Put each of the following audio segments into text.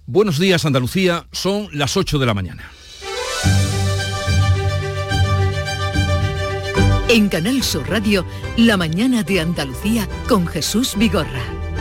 Buenos días, Andalucía, son las 8 de la mañana. En Canal Sur Radio, La mañana de Andalucía con Jesús Vigorra.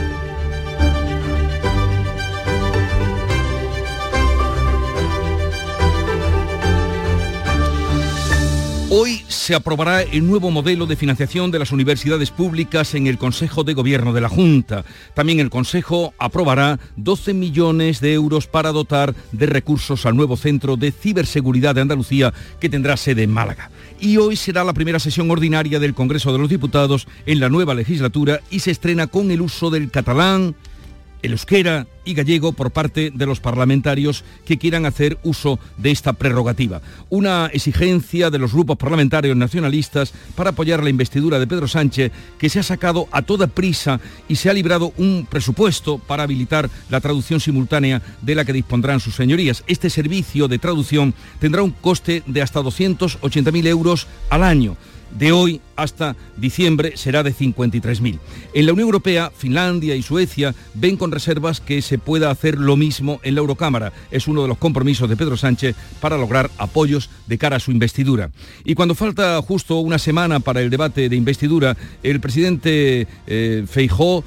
Hoy se aprobará el nuevo modelo de financiación de las universidades públicas en el Consejo de Gobierno de la Junta. También el Consejo aprobará 12 millones de euros para dotar de recursos al nuevo Centro de Ciberseguridad de Andalucía, que tendrá sede en Málaga. Y hoy será la primera sesión ordinaria del Congreso de los Diputados en la nueva legislatura y se estrena con el uso del catalán, el euskera y gallego por parte de los parlamentarios que quieran hacer uso de esta prerrogativa. Una exigencia de los grupos parlamentarios nacionalistas para apoyar la investidura de Pedro Sánchez, que se ha sacado a toda prisa y se ha librado un presupuesto para habilitar la traducción simultánea de la que dispondrán sus señorías. Este servicio de traducción tendrá un coste de hasta 280.000 euros al año. De hoy hasta diciembre será de 53.000. En la Unión Europea, Finlandia y Suecia ven con reservas que se pueda hacer lo mismo en la Eurocámara. Es uno de los compromisos de Pedro Sánchez para lograr apoyos de cara a su investidura. Y cuando falta justo una semana para el debate de investidura, el presidente Feijóo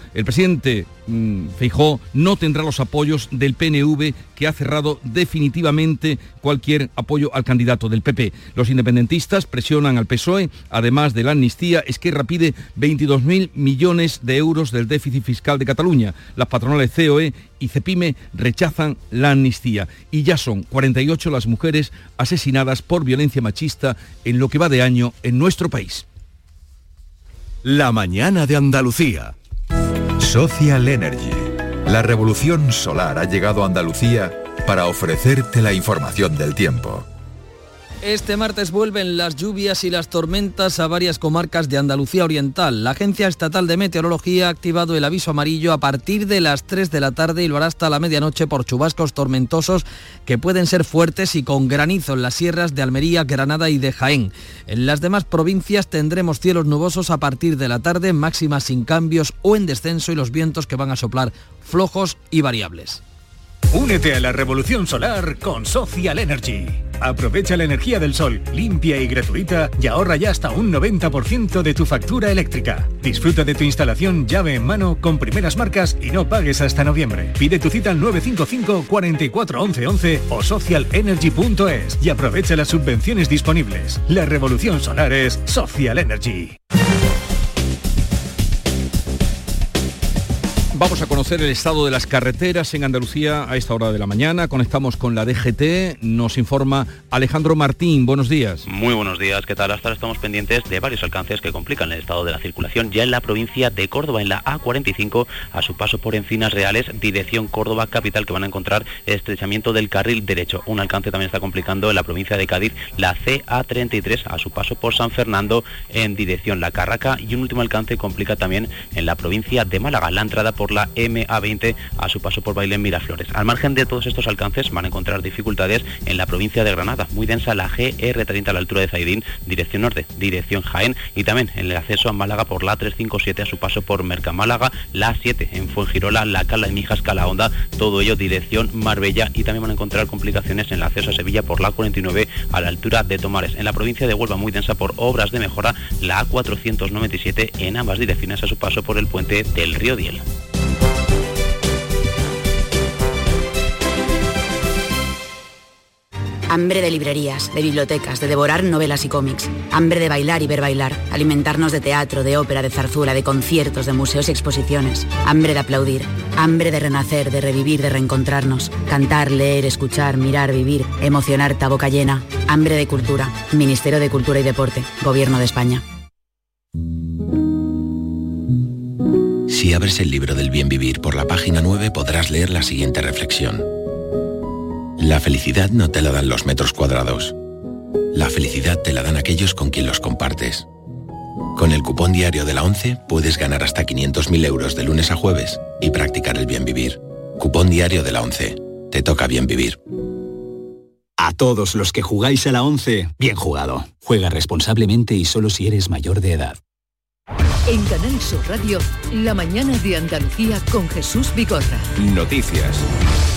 no tendrá los apoyos del PNV, que ha cerrado definitivamente cualquier apoyo al candidato del PP. Los independentistas presionan al PSOE, además de la amnistía. Esquerra pide 22.000 millones de euros del déficit fiscal de Cataluña. Las patronales COE y CEPIME rechazan la amnistía. Y ya son 48 las mujeres asesinadas por violencia machista en lo que va de año en nuestro país. La mañana de Andalucía. Social Energy. La revolución solar ha llegado a Andalucía para ofrecerte la información del tiempo. Este martes vuelven las lluvias y las tormentas a varias comarcas de Andalucía Oriental. La Agencia Estatal de Meteorología ha activado el aviso amarillo a partir de las 3 de la tarde y lo hará hasta la medianoche por chubascos tormentosos que pueden ser fuertes y con granizo en las sierras de Almería, Granada y de Jaén. En las demás provincias tendremos cielos nubosos a partir de la tarde, máximas sin cambios o en descenso, y los vientos que van a soplar flojos y variables. Únete a la revolución solar con Social Energy. Aprovecha la energía del sol, limpia y gratuita, y ahorra ya hasta un 90% de tu factura eléctrica. Disfruta de tu instalación llave en mano con primeras marcas y no pagues hasta noviembre. Pide tu cita al 955 44 11 11 o socialenergy.es y aprovecha las subvenciones disponibles. La revolución solar es Social Energy. Vamos a conocer el estado de las carreteras en Andalucía a esta hora de la mañana. Conectamos con la DGT, nos informa Alejandro Martín. Buenos días. Muy buenos días, ¿qué tal? Hasta ahora estamos pendientes de varios alcances que complican el estado de la circulación ya en la provincia de Córdoba, en la A45, a su paso por Encinas Reales, dirección Córdoba capital, que van a encontrar estrechamiento del carril derecho. Un alcance también está complicando en la provincia de Cádiz, la CA33, a su paso por San Fernando, en dirección La Carraca, y un último alcance complica también en la provincia de Málaga, la entrada por la MA20 a su paso por Bailén Miraflores. Al margen de todos estos alcances van a encontrar dificultades en la provincia de Granada, muy densa la GR30 a la altura de Zaidín, dirección norte, dirección Jaén, y también en el acceso a Málaga por la 357 a su paso por Mercamálaga, la 7 en Fuengirola, la Cala de Mijas, Calahonda, todo ello dirección Marbella, y también van a encontrar complicaciones en el acceso a Sevilla por la 49 a la altura de Tomares. En la provincia de Huelva, muy densa por obras de mejora, la A497 en ambas direcciones a su paso por el puente del río Diel. Hambre de librerías, de bibliotecas, de devorar novelas y cómics. Hambre de bailar y ver bailar. Alimentarnos de teatro, de ópera, de zarzuela, de conciertos, de museos y exposiciones. Hambre de aplaudir. Hambre de renacer, de revivir, de reencontrarnos. Cantar, leer, escuchar, mirar, vivir. Emocionarte a boca llena. Hambre de cultura. Ministerio de Cultura y Deporte. Gobierno de España. Si abres el libro del bien vivir por la página 9 podrás leer la siguiente reflexión. La felicidad no te la dan los metros cuadrados. La felicidad te la dan aquellos con quien los compartes. Con el cupón diario de la ONCE puedes ganar hasta 500.000 euros de lunes a jueves y practicar el bien vivir. Cupón diario de la ONCE. Te toca bien vivir. A todos los que jugáis a la ONCE, bien jugado. Juega responsablemente y solo si eres mayor de edad. En Canal Sur Radio, La mañana de Andalucía con Jesús Vigorra. Noticias.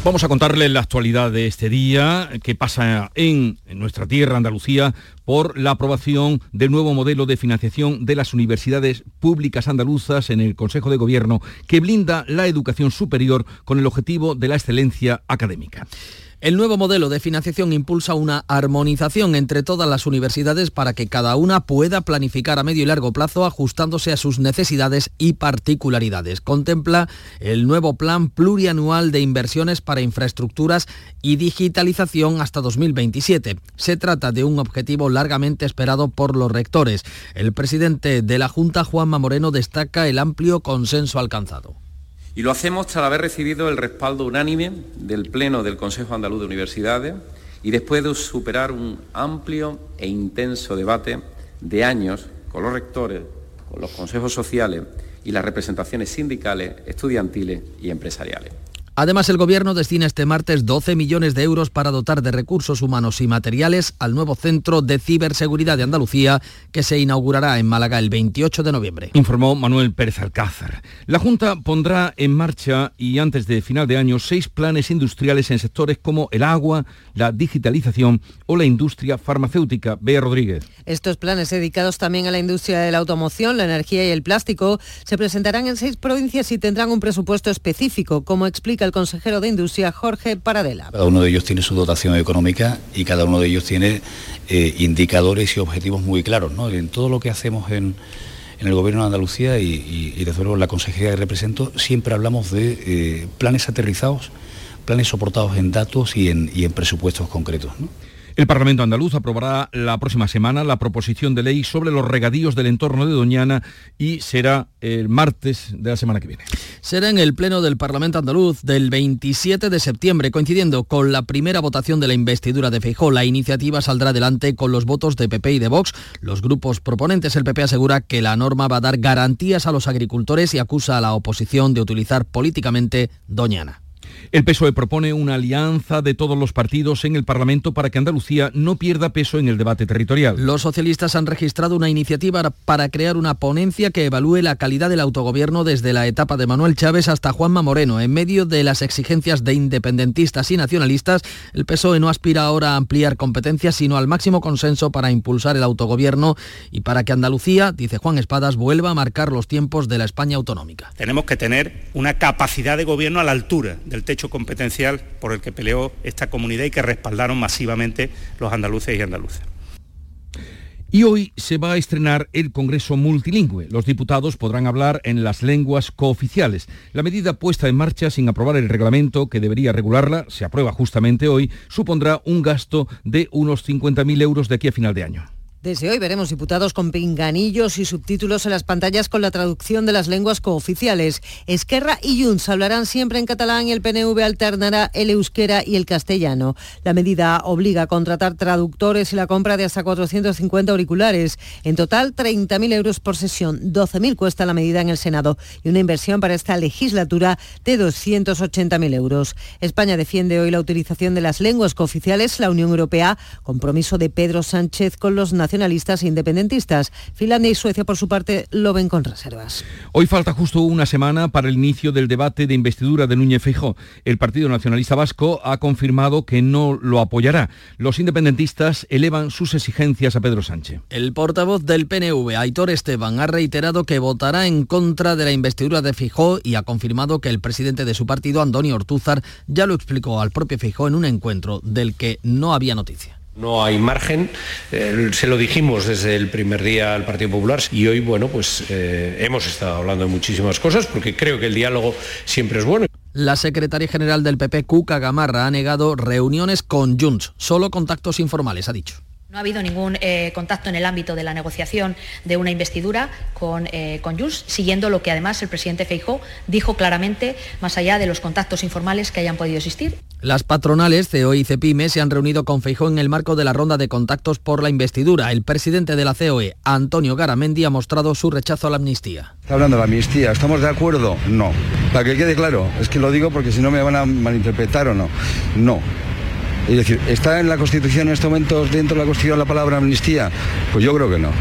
Vamos a contarles la actualidad de este día, que pasa en nuestra tierra, Andalucía, por la aprobación del nuevo modelo de financiación de las universidades públicas andaluzas en el Consejo de Gobierno, que blinda la educación superior con el objetivo de la excelencia académica. El nuevo modelo de financiación impulsa una armonización entre todas las universidades para que cada una pueda planificar a medio y largo plazo ajustándose a sus necesidades y particularidades. Contempla el nuevo plan plurianual de inversiones para infraestructuras y digitalización hasta 2027. Se trata de un objetivo largamente esperado por los rectores. El presidente de la Junta, Juanma Moreno, destaca el amplio consenso alcanzado. Y lo hacemos tras haber recibido el respaldo unánime del Pleno del Consejo Andaluz de Universidades y después de superar un amplio e intenso debate de años con los rectores, con los consejos sociales y las representaciones sindicales, estudiantiles y empresariales. Además, el Gobierno destina este martes 12 millones de euros para dotar de recursos humanos y materiales al nuevo Centro de Ciberseguridad de Andalucía, que se inaugurará en Málaga el 28 de noviembre. Informó Manuel Pérez Alcázar. La Junta pondrá en marcha y antes de final de año 6 planes industriales en sectores como el agua, la digitalización o la industria farmacéutica. Bea Rodríguez. Estos planes, dedicados también a la industria de la automoción, la energía y el plástico, se presentarán en 6 provincias y tendrán un presupuesto específico, como explica el consejero de Industria, Jorge Paradela. Cada uno de ellos tiene su dotación económica y cada uno de ellos tiene indicadores y objetivos muy claros, ¿no? En todo lo que hacemos en el Gobierno de Andalucía y desde luego en la consejería que represento, siempre hablamos de planes aterrizados, planes soportados en datos y en presupuestos concretos, ¿no? El Parlamento andaluz aprobará la próxima semana la proposición de ley sobre los regadíos del entorno de Doñana y será el martes de la semana que viene. Será en el Pleno del Parlamento andaluz del 27 de septiembre, coincidiendo con la primera votación de la investidura de Feijóo. La iniciativa saldrá adelante con los votos de PP y de Vox. Los grupos proponentes, el PP asegura que la norma va a dar garantías a los agricultores y acusa a la oposición de utilizar políticamente Doñana. El PSOE propone una alianza de todos los partidos en el Parlamento para que Andalucía no pierda peso en el debate territorial. Los socialistas han registrado una iniciativa para crear una ponencia que evalúe la calidad del autogobierno desde la etapa de Manuel Chávez hasta Juanma Moreno. En medio de las exigencias de independentistas y nacionalistas, el PSOE no aspira ahora a ampliar competencias, sino al máximo consenso para impulsar el autogobierno y para que Andalucía, dice Juan Espadas, vuelva a marcar los tiempos de la España autonómica. Tenemos que tener una capacidad de gobierno a la altura del techo competencial por el que peleó esta comunidad y que respaldaron masivamente los andaluces y andaluzas. Y hoy se va a estrenar el Congreso Multilingüe. Los diputados podrán hablar en las lenguas cooficiales. La medida puesta en marcha sin aprobar el reglamento que debería regularla, se aprueba justamente hoy, supondrá un gasto de unos 50.000 euros de aquí a final de año. Desde hoy veremos diputados con pinganillos y subtítulos en las pantallas con la traducción de las lenguas cooficiales. Esquerra y Junts hablarán siempre en catalán y el PNV alternará el euskera y el castellano. La medida obliga a contratar traductores y la compra de hasta 450 auriculares. En total, 30.000 euros por sesión. 12.000 cuesta la medida en el Senado y una inversión para esta legislatura de 280.000 euros. España defiende hoy la utilización de las lenguas cooficiales. La Unión Europea, compromiso de Pedro Sánchez con los nacionalistas e independentistas. Finlandia y Suecia, por su parte, lo ven con reservas. Hoy falta justo una semana para el inicio del debate de investidura de Núñez Feijóo. El Partido Nacionalista Vasco ha confirmado que no lo apoyará. Los independentistas elevan sus exigencias a Pedro Sánchez. El portavoz del PNV, Aitor Esteban, ha reiterado que votará en contra de la investidura de Feijóo y ha confirmado que el presidente de su partido, Antonio Ortúzar, ya lo explicó al propio Feijóo en un encuentro del que no había noticia. No hay margen, se lo dijimos desde el primer día al Partido Popular y hoy, bueno, pues hemos estado hablando de muchísimas cosas porque creo que el diálogo siempre es bueno. La secretaria general del PP, Cuca Gamarra, ha negado reuniones con Junts, solo contactos informales, ha dicho. No ha habido ningún contacto en el ámbito de la negociación de una investidura con Junts, siguiendo lo que además el presidente Feijóo dijo claramente, más allá de los contactos informales que hayan podido existir. Las patronales, COE y CEPIME, se han reunido con Feijóo en el marco de la ronda de contactos por la investidura. El presidente de la COE, Antonio Garamendi, ha mostrado su rechazo a la amnistía. Está hablando de la amnistía, ¿estamos de acuerdo? No. Para que quede claro, es que lo digo porque si no me van a malinterpretar o no. No. Es decir, ¿está en la Constitución en estos momentos, dentro de la Constitución, la palabra amnistía? Pues yo creo que no.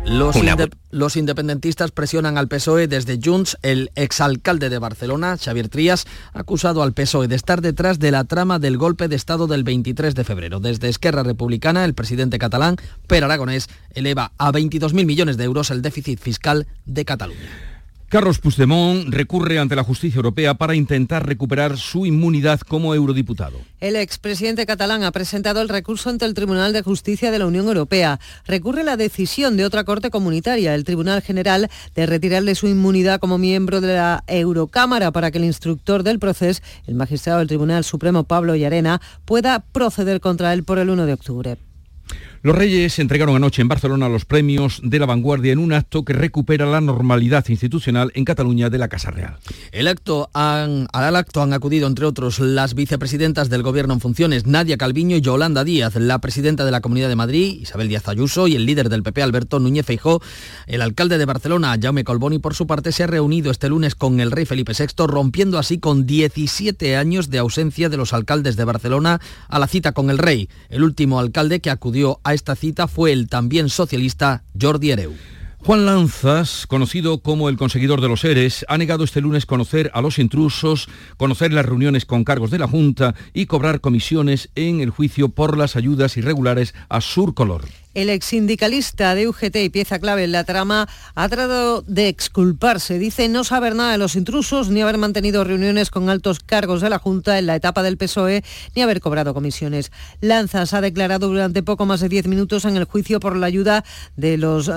Los independentistas presionan al PSOE desde Junts. El exalcalde de Barcelona, Xavier Trias, ha acusado al PSOE de estar detrás de la trama del golpe de Estado del 23 de febrero. Desde Esquerra Republicana, el presidente catalán, Pere Aragonès, eleva a 22.000 millones de euros el déficit fiscal de Cataluña. Carlos Puigdemont recurre ante la justicia europea para intentar recuperar su inmunidad como eurodiputado. El expresidente catalán ha presentado el recurso ante el Tribunal de Justicia de la Unión Europea. Recurre la decisión de otra corte comunitaria, el Tribunal General, de retirarle su inmunidad como miembro de la Eurocámara para que el instructor del proceso, el magistrado del Tribunal Supremo Pablo Llarena, pueda proceder contra él por el 1 de octubre. Los Reyes entregaron anoche en Barcelona los premios de la vanguardia en un acto que recupera la normalidad institucional en Cataluña de la Casa Real. Al acto han acudido, entre otros, las vicepresidentas del Gobierno en funciones, Nadia Calviño y Yolanda Díaz, la presidenta de la Comunidad de Madrid, Isabel Díaz Ayuso, y el líder del PP, Alberto Núñez Feijóo. El alcalde de Barcelona, Jaume Collboni, por su parte, se ha reunido este lunes con el rey Felipe VI, rompiendo así con 17 años de ausencia de los alcaldes de Barcelona a la cita con el rey. El último alcalde que acudió a esta cita fue el también socialista Jordi Hereu. Juan Lanzas, conocido como el conseguidor de los ERES, ha negado este lunes conocer a los intrusos, conocer las reuniones con cargos de la Junta y cobrar comisiones en el juicio por las ayudas irregulares a Surcolor. El exsindicalista de UGT y pieza clave en la trama ha tratado de exculparse. Dice no saber nada de los intrusos, ni haber mantenido reuniones con altos cargos de la Junta en la etapa del PSOE, ni haber cobrado comisiones. Lanzas ha declarado durante poco más de 10 minutos en el juicio por la ayuda de los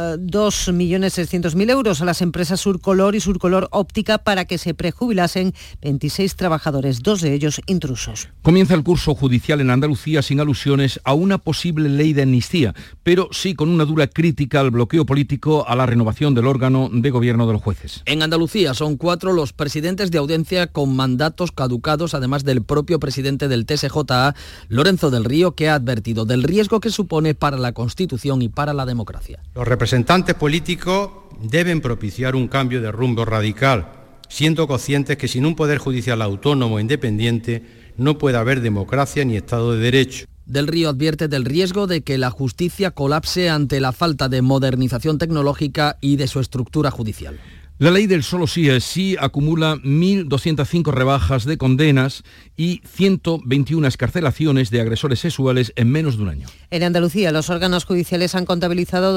2.600.000 euros a las empresas Surcolor y Surcolor Óptica para que se prejubilasen 26 trabajadores, 2 de ellos intrusos. Comienza el curso judicial en Andalucía sin alusiones a una posible ley de amnistía, pero sí con una dura crítica al bloqueo político a la renovación del órgano de gobierno de los jueces. En Andalucía son 4 los presidentes de audiencia con mandatos caducados, además del propio presidente del TSJA, Lorenzo del Río, que ha advertido del riesgo que supone para la Constitución y para la democracia. Los representantes políticos deben propiciar un cambio de rumbo radical, siendo conscientes que sin un poder judicial autónomo e independiente no puede haber democracia ni Estado de Derecho. Del Río advierte del riesgo de que la justicia colapse ante la falta de modernización tecnológica y de su estructura judicial. La ley del solo sí es sí acumula 1.205 rebajas de condenas y 121 excarcelaciones de agresores sexuales en menos de un año. En Andalucía, los órganos judiciales han contabilizado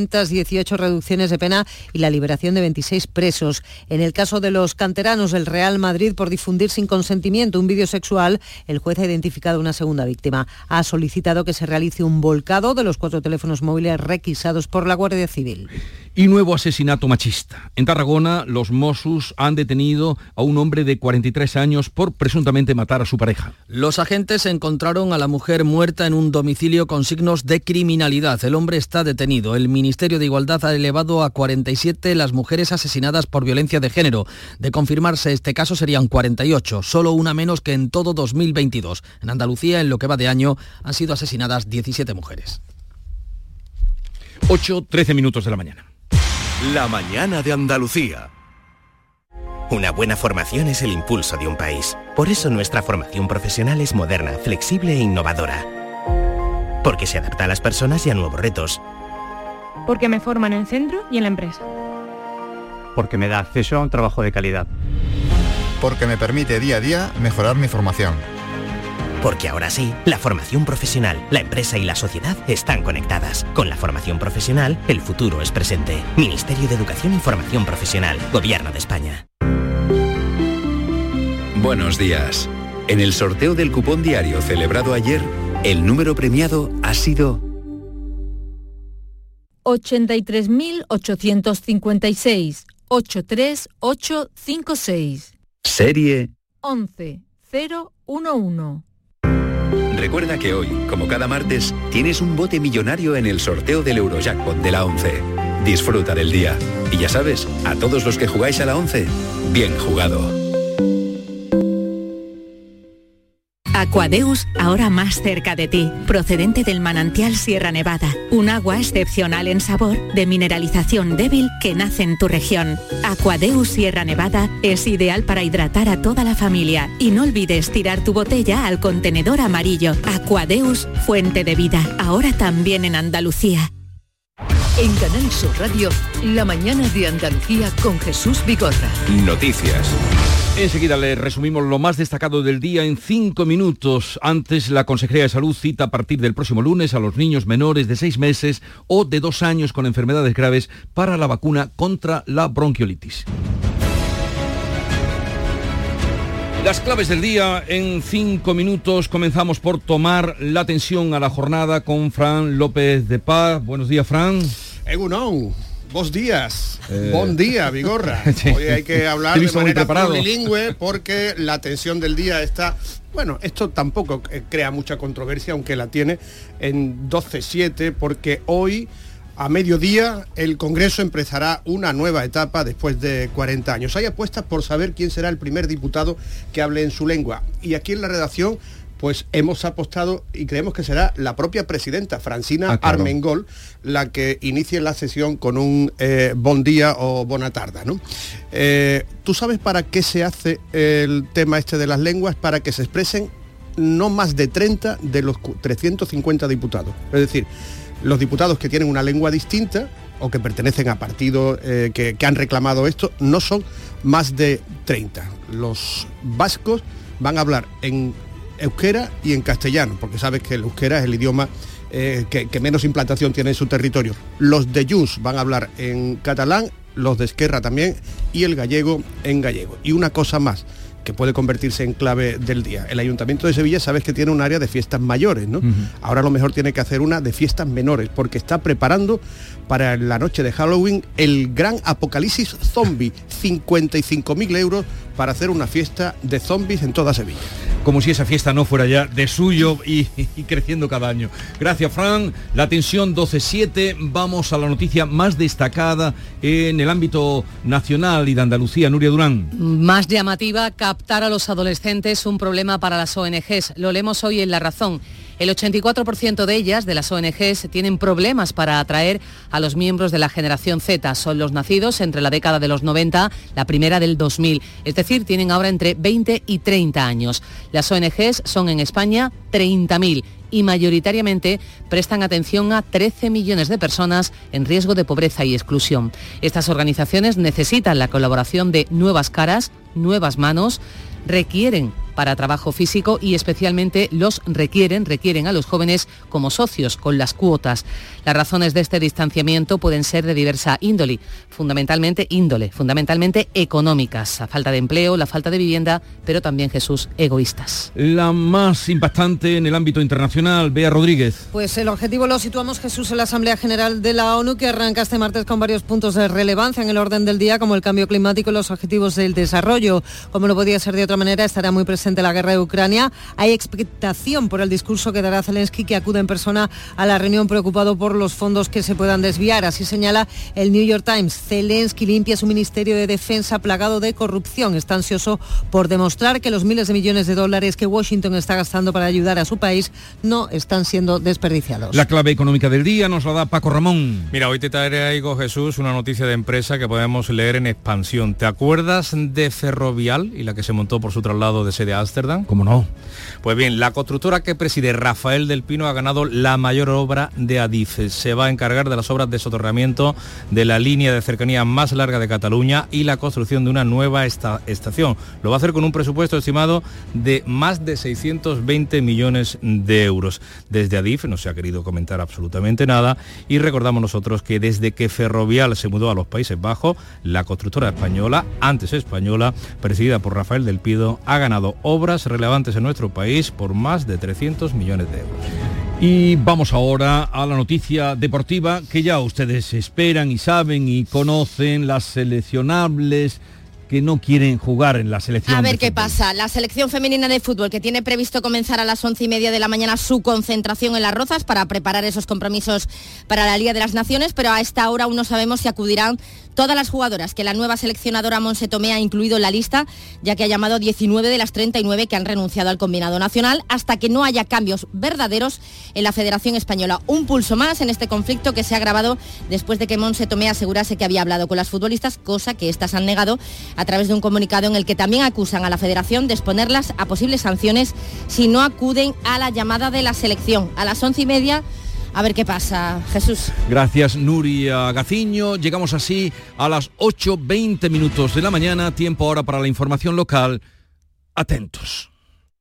218 reducciones de pena y la liberación de 26 presos. En el caso de los canteranos del Real Madrid por difundir sin consentimiento un vídeo sexual, el juez ha identificado una segunda víctima. Ha solicitado que se realice un volcado de los 4 teléfonos móviles requisados por la Guardia Civil. Y nuevo asesinato machista. En Tarragona, los Mossos han detenido a un hombre de 43 años por presuntamente matar a su pareja. Los agentes encontraron a la mujer muerta en un domicilio con signos de criminalidad. El hombre está detenido. El Ministerio de Igualdad ha elevado a 47 las mujeres asesinadas por violencia de género. De confirmarse este caso serían 48, solo una menos que en todo 2022. En Andalucía, en lo que va de año, han sido asesinadas 17 mujeres. 8:13 minutos de la mañana. La mañana de Andalucía. Una buena formación es el impulso de un país. Por eso nuestra formación profesional es moderna, flexible e innovadora. Porque se adapta a las personas y a nuevos retos. Porque me forma en el centro y en la empresa. Porque me da acceso a un trabajo de calidad. Porque me permite día a día mejorar mi formación. Porque ahora sí, la formación profesional, la empresa y la sociedad están conectadas. Con la formación profesional, el futuro es presente. Ministerio de Educación y Formación Profesional, Gobierno de España. Buenos días. En el sorteo del cupón diario celebrado ayer, el número premiado ha sido 83.856 83856. Serie 11011. Recuerda que hoy, como cada martes, tienes un bote millonario en el sorteo del Eurojackpot de la 11. Disfruta del día. Y ya sabes, a todos los que jugáis a la 11, bien jugado. Aquadeus, ahora más cerca de ti, procedente del manantial Sierra Nevada, un agua excepcional en sabor, de mineralización débil que nace en tu región. Aquadeus Sierra Nevada es ideal para hidratar a toda la familia y no olvides tirar tu botella al contenedor amarillo. Aquadeus, fuente de vida, ahora también en Andalucía. En Canal Sur Radio, La mañana de Andalucía con Jesús Vigorra. Noticias. Enseguida le resumimos lo más destacado del día en 5 minutos. Antes, la Consejería de Salud cita a partir del próximo lunes a los niños menores de 6 meses o de 2 años con enfermedades graves para la vacuna contra la bronquiolitis. Las claves del día en 5 minutos. Comenzamos por tomar la atención a la jornada con Fran López de Paz. Buenos días, Fran. Egunon, buenos días. Buen día, Vigorra. Sí. Hoy hay que hablar de manera plurilingüe porque la tensión del día está... Bueno, esto tampoco crea mucha controversia, aunque la tiene en 12-7, porque hoy... A mediodía, el Congreso empezará una nueva etapa después de 40 años. Hay apuestas por saber quién será el primer diputado que hable en su lengua. Y aquí en la redacción, pues hemos apostado y creemos que será la propia presidenta, Francina Armengol, la que inicie la sesión con un bon día o bona tarda, ¿no? ¿Tú sabes para qué se hace el tema este de las lenguas? Para que se expresen no más de 30 de los 350 diputados. Es decir, los diputados que tienen una lengua distinta o que pertenecen a partidos que han reclamado esto, no son más de 30. Los vascos van a hablar en euskera y en castellano, porque sabes que el euskera es el idioma que menos implantación tiene en su territorio. Los de Junts van a hablar en catalán, los de Esquerra también, y el gallego en gallego. Y una cosa más, que puede convertirse en clave del día. El Ayuntamiento de Sevilla, sabes que tiene un área de fiestas mayores, ¿no? Ahora a lo mejor tiene que hacer una de fiestas menores, porque está preparando para la noche de Halloween el gran apocalipsis zombie, 55.000 euros para hacer una fiesta de zombies en toda Sevilla. Como si esa fiesta no fuera ya de suyo y creciendo cada año. Gracias, Fran. La tensión 12-7. Vamos a la noticia más destacada en el ámbito nacional y de Andalucía. Nuria Durán. Más llamativa, captar a los adolescentes, un problema para las ONGs. Lo leemos hoy en La Razón. El 84% de ellas, de las ONGs, tienen problemas para atraer a los miembros de la generación Z. Son los nacidos entre la década de los 90, la primera del 2000. Es decir, tienen ahora entre 20 y 30 años. Las ONGs son en España 30.000 y mayoritariamente prestan atención a 13 millones de personas en riesgo de pobreza y exclusión. Estas organizaciones necesitan la colaboración de nuevas caras, nuevas manos, requieren para trabajo físico y especialmente requieren a los jóvenes como socios con las cuotas. Las razones de este distanciamiento pueden ser de diversa índole, fundamentalmente económicas, la falta de empleo, la falta de vivienda, pero también, Jesús, egoístas. La más impactante en el ámbito internacional, Bea Rodríguez. Pues el objetivo lo situamos, Jesús, en la Asamblea General de la ONU, que arranca este martes con varios puntos de relevancia en el orden del día, como el cambio climático y los objetivos del desarrollo. Como no podía ser de otra manera, estará muy presente la guerra de Ucrania. Hay expectación por el discurso que dará Zelensky, que acude en persona a la reunión preocupado por los fondos que se puedan desviar. Así señala el New York Times. Zelensky limpia su Ministerio de Defensa plagado de corrupción. Está ansioso por demostrar que los miles de millones de dólares que Washington está gastando para ayudar a su país no están siendo desperdiciados. La clave económica del día nos la da Paco Ramón. Mira, hoy te traigo, Jesús, una noticia de empresa que podemos leer en Expansión. ¿Te acuerdas de Ferrovial y la que se montó por su traslado de sede a Ámsterdam? ¿Cómo no? Pues bien, la constructora que preside Rafael del Pino ha ganado la mayor obra de Adif. Se va a encargar de las obras de soterramiento de la línea de cercanía más larga de Cataluña y la construcción de una nueva estación. Lo va a hacer con un presupuesto estimado de más de 620 millones de euros. Desde Adif no se ha querido comentar absolutamente nada y recordamos nosotros que desde que Ferrovial se mudó a los Países Bajos, la constructora española, antes española, presidida por Rafael del Pino, ha ganado obras relevantes en nuestro país por más de 300 millones de euros. Y vamos ahora a la noticia deportiva que ya ustedes esperan y saben y conocen, las seleccionables que no quieren jugar en la selección. A ver qué pasa. La selección femenina de fútbol, que tiene previsto comenzar a las 11:30 de la mañana su concentración en Las Rozas para preparar esos compromisos para la Liga de las Naciones, pero a esta hora aún no sabemos si acudirán todas las jugadoras que la nueva seleccionadora Montse Tomé ha incluido en la lista, ya que ha llamado 19 de las 39 que han renunciado al combinado nacional, hasta que no haya cambios verdaderos en la Federación Española. Un pulso más en este conflicto que se ha agravado después de que Montse Tomé asegurase que había hablado con las futbolistas, cosa que éstas han negado a través de un comunicado en el que también acusan a la Federación de exponerlas a posibles sanciones si no acuden a la llamada de la selección. A las 11:30 A ver qué pasa, Jesús. Gracias, Nuria Gaciño. Llegamos así a las 8:20 minutos de la mañana, tiempo ahora para la información local. Atentos.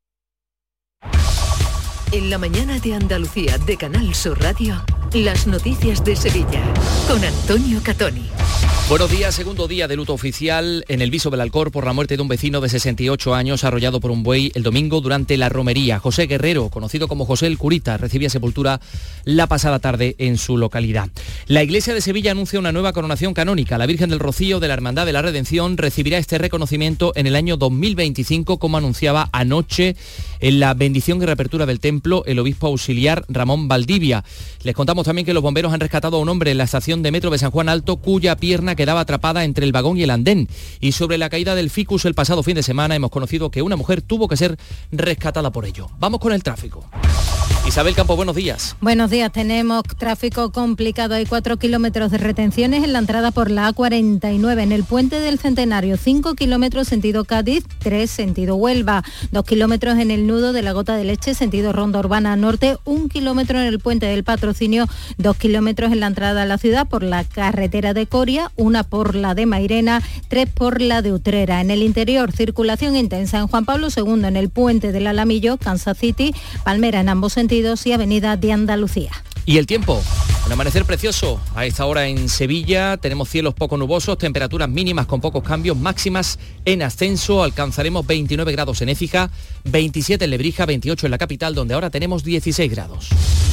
En la mañana de Andalucía de Canal Sur Radio, las noticias de Sevilla, con Antonio Catoni. Buenos días, segundo día de luto oficial en el Viso del Alcor por la muerte de un vecino de 68 años arrollado por un buey el domingo durante la romería. José Guerrero, conocido como José el Curita, recibía sepultura la pasada tarde en su localidad. La Iglesia de Sevilla anuncia una nueva coronación canónica. La Virgen del Rocío de la Hermandad de la Redención recibirá este reconocimiento en el año 2025, como anunciaba anoche en la bendición y reapertura del templo el obispo auxiliar Ramón Valdivia. Les contamos también que los bomberos han rescatado a un hombre en la estación de metro de San Juan Alto cuya pierna quedaba atrapada entre el vagón y el andén. Y sobre la caída del ficus el pasado fin de semana hemos conocido que una mujer tuvo que ser rescatada por ello. Vamos con el tráfico. Isabel Campo, buenos días. Buenos días, tenemos tráfico complicado. Hay 4 kilómetros de retenciones en la entrada por la A49, en el puente del Centenario, 5 kilómetros sentido Cádiz, 3 sentido Huelva, 2 kilómetros en el nudo de la Gota de Leche, sentido Ronda Urbana Norte, 1 kilómetro en el puente del Patrocinio, 2 kilómetros en la entrada a la ciudad por la carretera de Coria, 1 por la de Mairena, 3 por la de Utrera. En el interior, circulación intensa en Juan Pablo II, en el puente del Alamillo, Kansas City, Palmera en ambos sentidos y Avenida de Andalucía. Y el tiempo, un amanecer precioso a esta hora en Sevilla, tenemos cielos poco nubosos, temperaturas mínimas con pocos cambios, máximas en ascenso, alcanzaremos 29 grados en Écija, 27 en Lebrija, 28 en la capital, donde ahora tenemos 16 grados.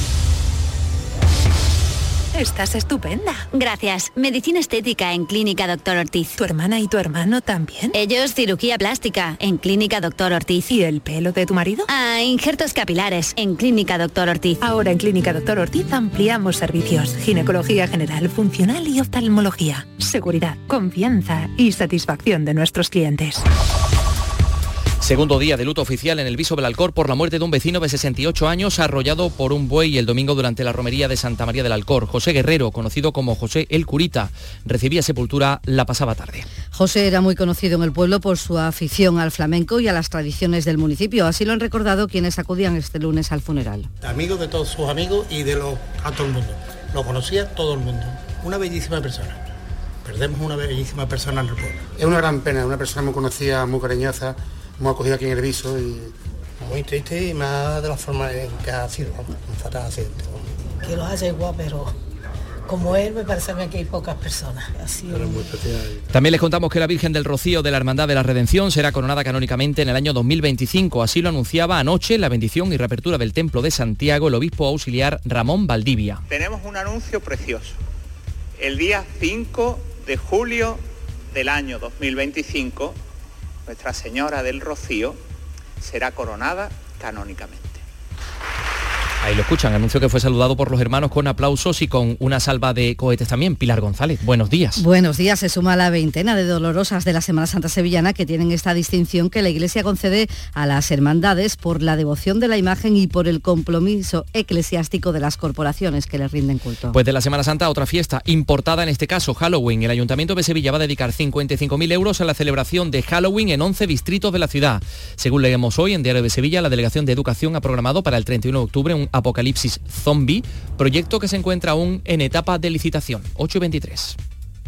Estás estupenda. Gracias. Medicina estética en Clínica Doctor Ortiz. ¿Tu hermana y tu hermano también? Ellos cirugía plástica en Clínica Doctor Ortiz. ¿Y el pelo de tu marido? Injertos capilares en Clínica Doctor Ortiz. Ahora en Clínica Doctor Ortiz ampliamos servicios. Ginecología general, funcional y oftalmología. Seguridad, confianza y satisfacción de nuestros clientes. Segundo día de luto oficial en el Viso del Alcor por la muerte de un vecino de 68 años arrollado por un buey el domingo durante la romería de Santa María del Alcor. José Guerrero, conocido como José el Curita, recibía sepultura la pasada tarde. José era muy conocido en el pueblo por su afición al flamenco y a las tradiciones del municipio. Así lo han recordado quienes acudían este lunes al funeral. Amigo de todos sus amigos y a todo el mundo. Lo conocía todo el mundo. Una bellísima persona. Perdemos una bellísima persona en el pueblo. Es una gran pena, una persona muy conocida, muy cariñosa. Hemos acogido aquí en el Viso y... Muy triste y más de la forma en que ha sido, un fatal accidente. Que los haya igual, pero como él me parece a mí que hay pocas personas. También les contamos que la Virgen del Rocío de la Hermandad de la Redención será coronada canónicamente en el año 2025. Así lo anunciaba anoche la bendición y reapertura del Templo de Santiago el obispo auxiliar Ramón Valdivia. Tenemos un anuncio precioso. El día 5 de julio del año 2025... Nuestra Señora del Rocío será coronada canónicamente. Ahí lo escuchan, anuncio que fue saludado por los hermanos con aplausos y con una salva de cohetes también. Pilar González, buenos días. Buenos días, se suma a la veintena de dolorosas de la Semana Santa Sevillana que tienen esta distinción que la Iglesia concede a las hermandades por la devoción de la imagen y por el compromiso eclesiástico de las corporaciones que les rinden culto. Pues de la Semana Santa otra fiesta importada, en este caso Halloween. El Ayuntamiento de Sevilla va a dedicar 55.000 euros a la celebración de Halloween en 11 distritos de la ciudad. Según leemos hoy en Diario de Sevilla, la Delegación de Educación ha programado para el 31 de octubre un Apocalipsis Zombie, proyecto que se encuentra aún en etapa de licitación. 8:23.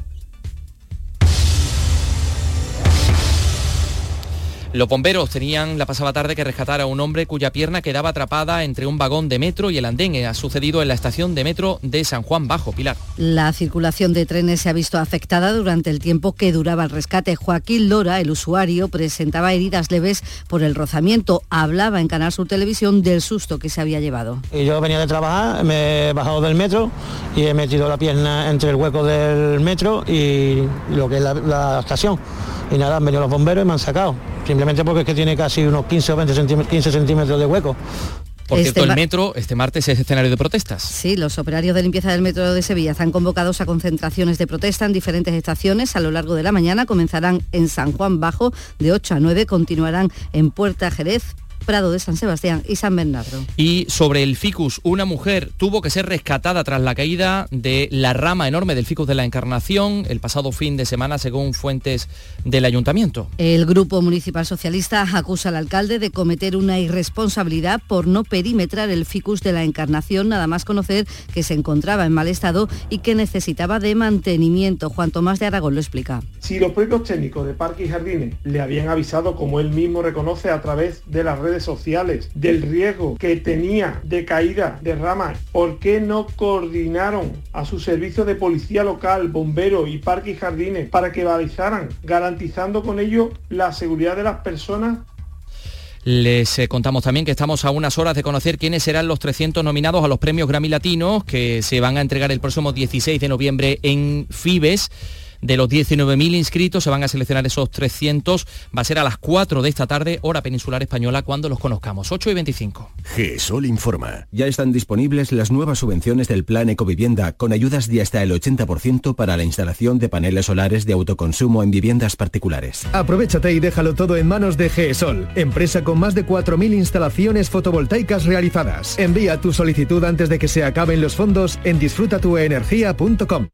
Los bomberos tenían la pasada tarde que rescatar a un hombre cuya pierna quedaba atrapada entre un vagón de metro y el andén. Ha sucedido en la estación de metro de San Juan Bajo, Pilar. La circulación de trenes se ha visto afectada durante el tiempo que duraba el rescate. Joaquín Lora, el usuario, presentaba heridas leves por el rozamiento. Hablaba en Canal Sur Televisión del susto que se había llevado. Yo venía de trabajar, me he bajado del metro y he metido la pierna entre el hueco del metro y lo que es la estación. Y nada, han venido los bomberos y me han sacado. Simplemente porque es que tiene casi unos 15 o 15 centímetros de hueco. Por cierto, el metro este martes es escenario de protestas. Sí, los operarios de limpieza del metro de Sevilla están convocados a concentraciones de protesta en diferentes estaciones a lo largo de la mañana. Comenzarán en San Juan Bajo de 8 a 9, continuarán en Puerta Jerez, Prado de San Sebastián y San Bernardo. Y sobre el ficus, una mujer tuvo que ser rescatada tras la caída de la rama enorme del ficus de la Encarnación el pasado fin de semana, según fuentes del ayuntamiento. El Grupo Municipal Socialista acusa al alcalde de cometer una irresponsabilidad por no perimetrar el ficus de la Encarnación, nada más conocer que se encontraba en mal estado y que necesitaba de mantenimiento. Juan Tomás de Aragón lo explica. Si los propios técnicos de Parques y Jardines le habían avisado, como él mismo reconoce a través de las redes sociales, del riesgo que tenía de caída de ramas, ¿por qué no coordinaron a su servicio de policía local, bomberos y Parques y Jardines para que balizaran, garantizando con ello la seguridad de las personas? Les contamos también que estamos a unas horas de conocer quiénes serán los 300 nominados a los premios Grammy Latinos que se van a entregar el próximo 16 de noviembre en Fibes. De los 19.000 inscritos se van a seleccionar esos 300. Va a ser a las 4 de esta tarde, hora peninsular española, cuando los conozcamos. 8:25. GESOL informa. Ya están disponibles las nuevas subvenciones del Plan Ecovivienda, con ayudas de hasta el 80% para la instalación de paneles solares de autoconsumo en viviendas particulares. Aprovéchate y déjalo todo en manos de GESOL, empresa con más de 4.000 instalaciones fotovoltaicas realizadas. Envía tu solicitud antes de que se acaben los fondos en disfrutatuenergia.com.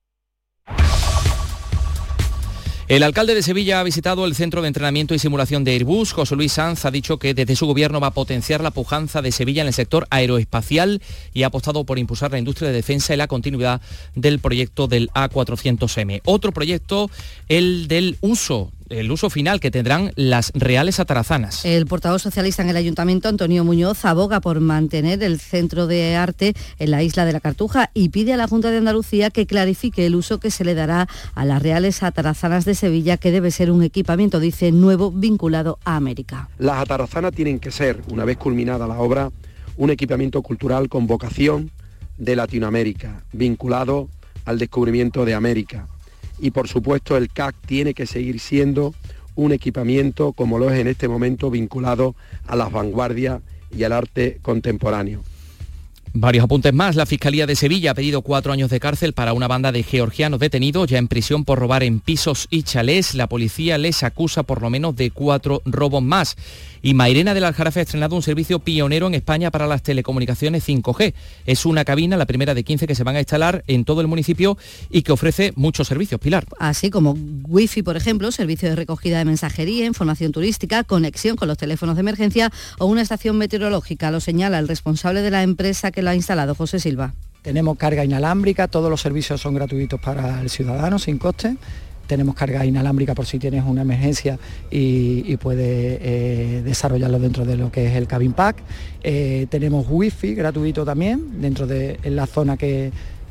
El alcalde de Sevilla ha visitado el centro de entrenamiento y simulación de Airbus. José Luis Sanz ha dicho que desde su gobierno va a potenciar la pujanza de Sevilla en el sector aeroespacial y ha apostado por impulsar la industria de defensa y la continuidad del proyecto del A400M. Otro proyecto, el del uso final que tendrán las Reales Atarazanas. El portavoz socialista en el Ayuntamiento, Antonio Muñoz, aboga por mantener el Centro de Arte en la isla de la Cartuja y pide a la Junta de Andalucía que clarifique el uso que se le dará a las Reales Atarazanas de Sevilla, que debe ser un equipamiento, dice, nuevo, vinculado a América. Las atarazanas tienen que ser, una vez culminada la obra, un equipamiento cultural con vocación de Latinoamérica, vinculado al descubrimiento de América. Y por supuesto el CAC tiene que seguir siendo un equipamiento, como lo es en este momento, vinculado a las vanguardias y al arte contemporáneo. Varios apuntes más. La Fiscalía de Sevilla ha pedido 4 años de cárcel para una banda de georgianos detenidos ya en prisión por robar en pisos y chalés. La policía les acusa por lo menos de 4 robos más. Y Mairena del Aljarafe ha estrenado un servicio pionero en España para las telecomunicaciones 5G. Es una cabina, la primera de 15 que se van a instalar en todo el municipio y que ofrece muchos servicios, Pilar. Así como Wi-Fi, por ejemplo, servicio de recogida de mensajería, información turística, conexión con los teléfonos de emergencia o una estación meteorológica. Lo señala el responsable de la empresa que lo ha instalado, José Silva. Tenemos carga inalámbrica, todos los servicios son gratuitos para el ciudadano, sin coste. Tenemos carga inalámbrica por si tienes una emergencia y puedes desarrollarlo dentro de lo que es el cabin pack. Tenemos wifi gratuito también dentro de la zona que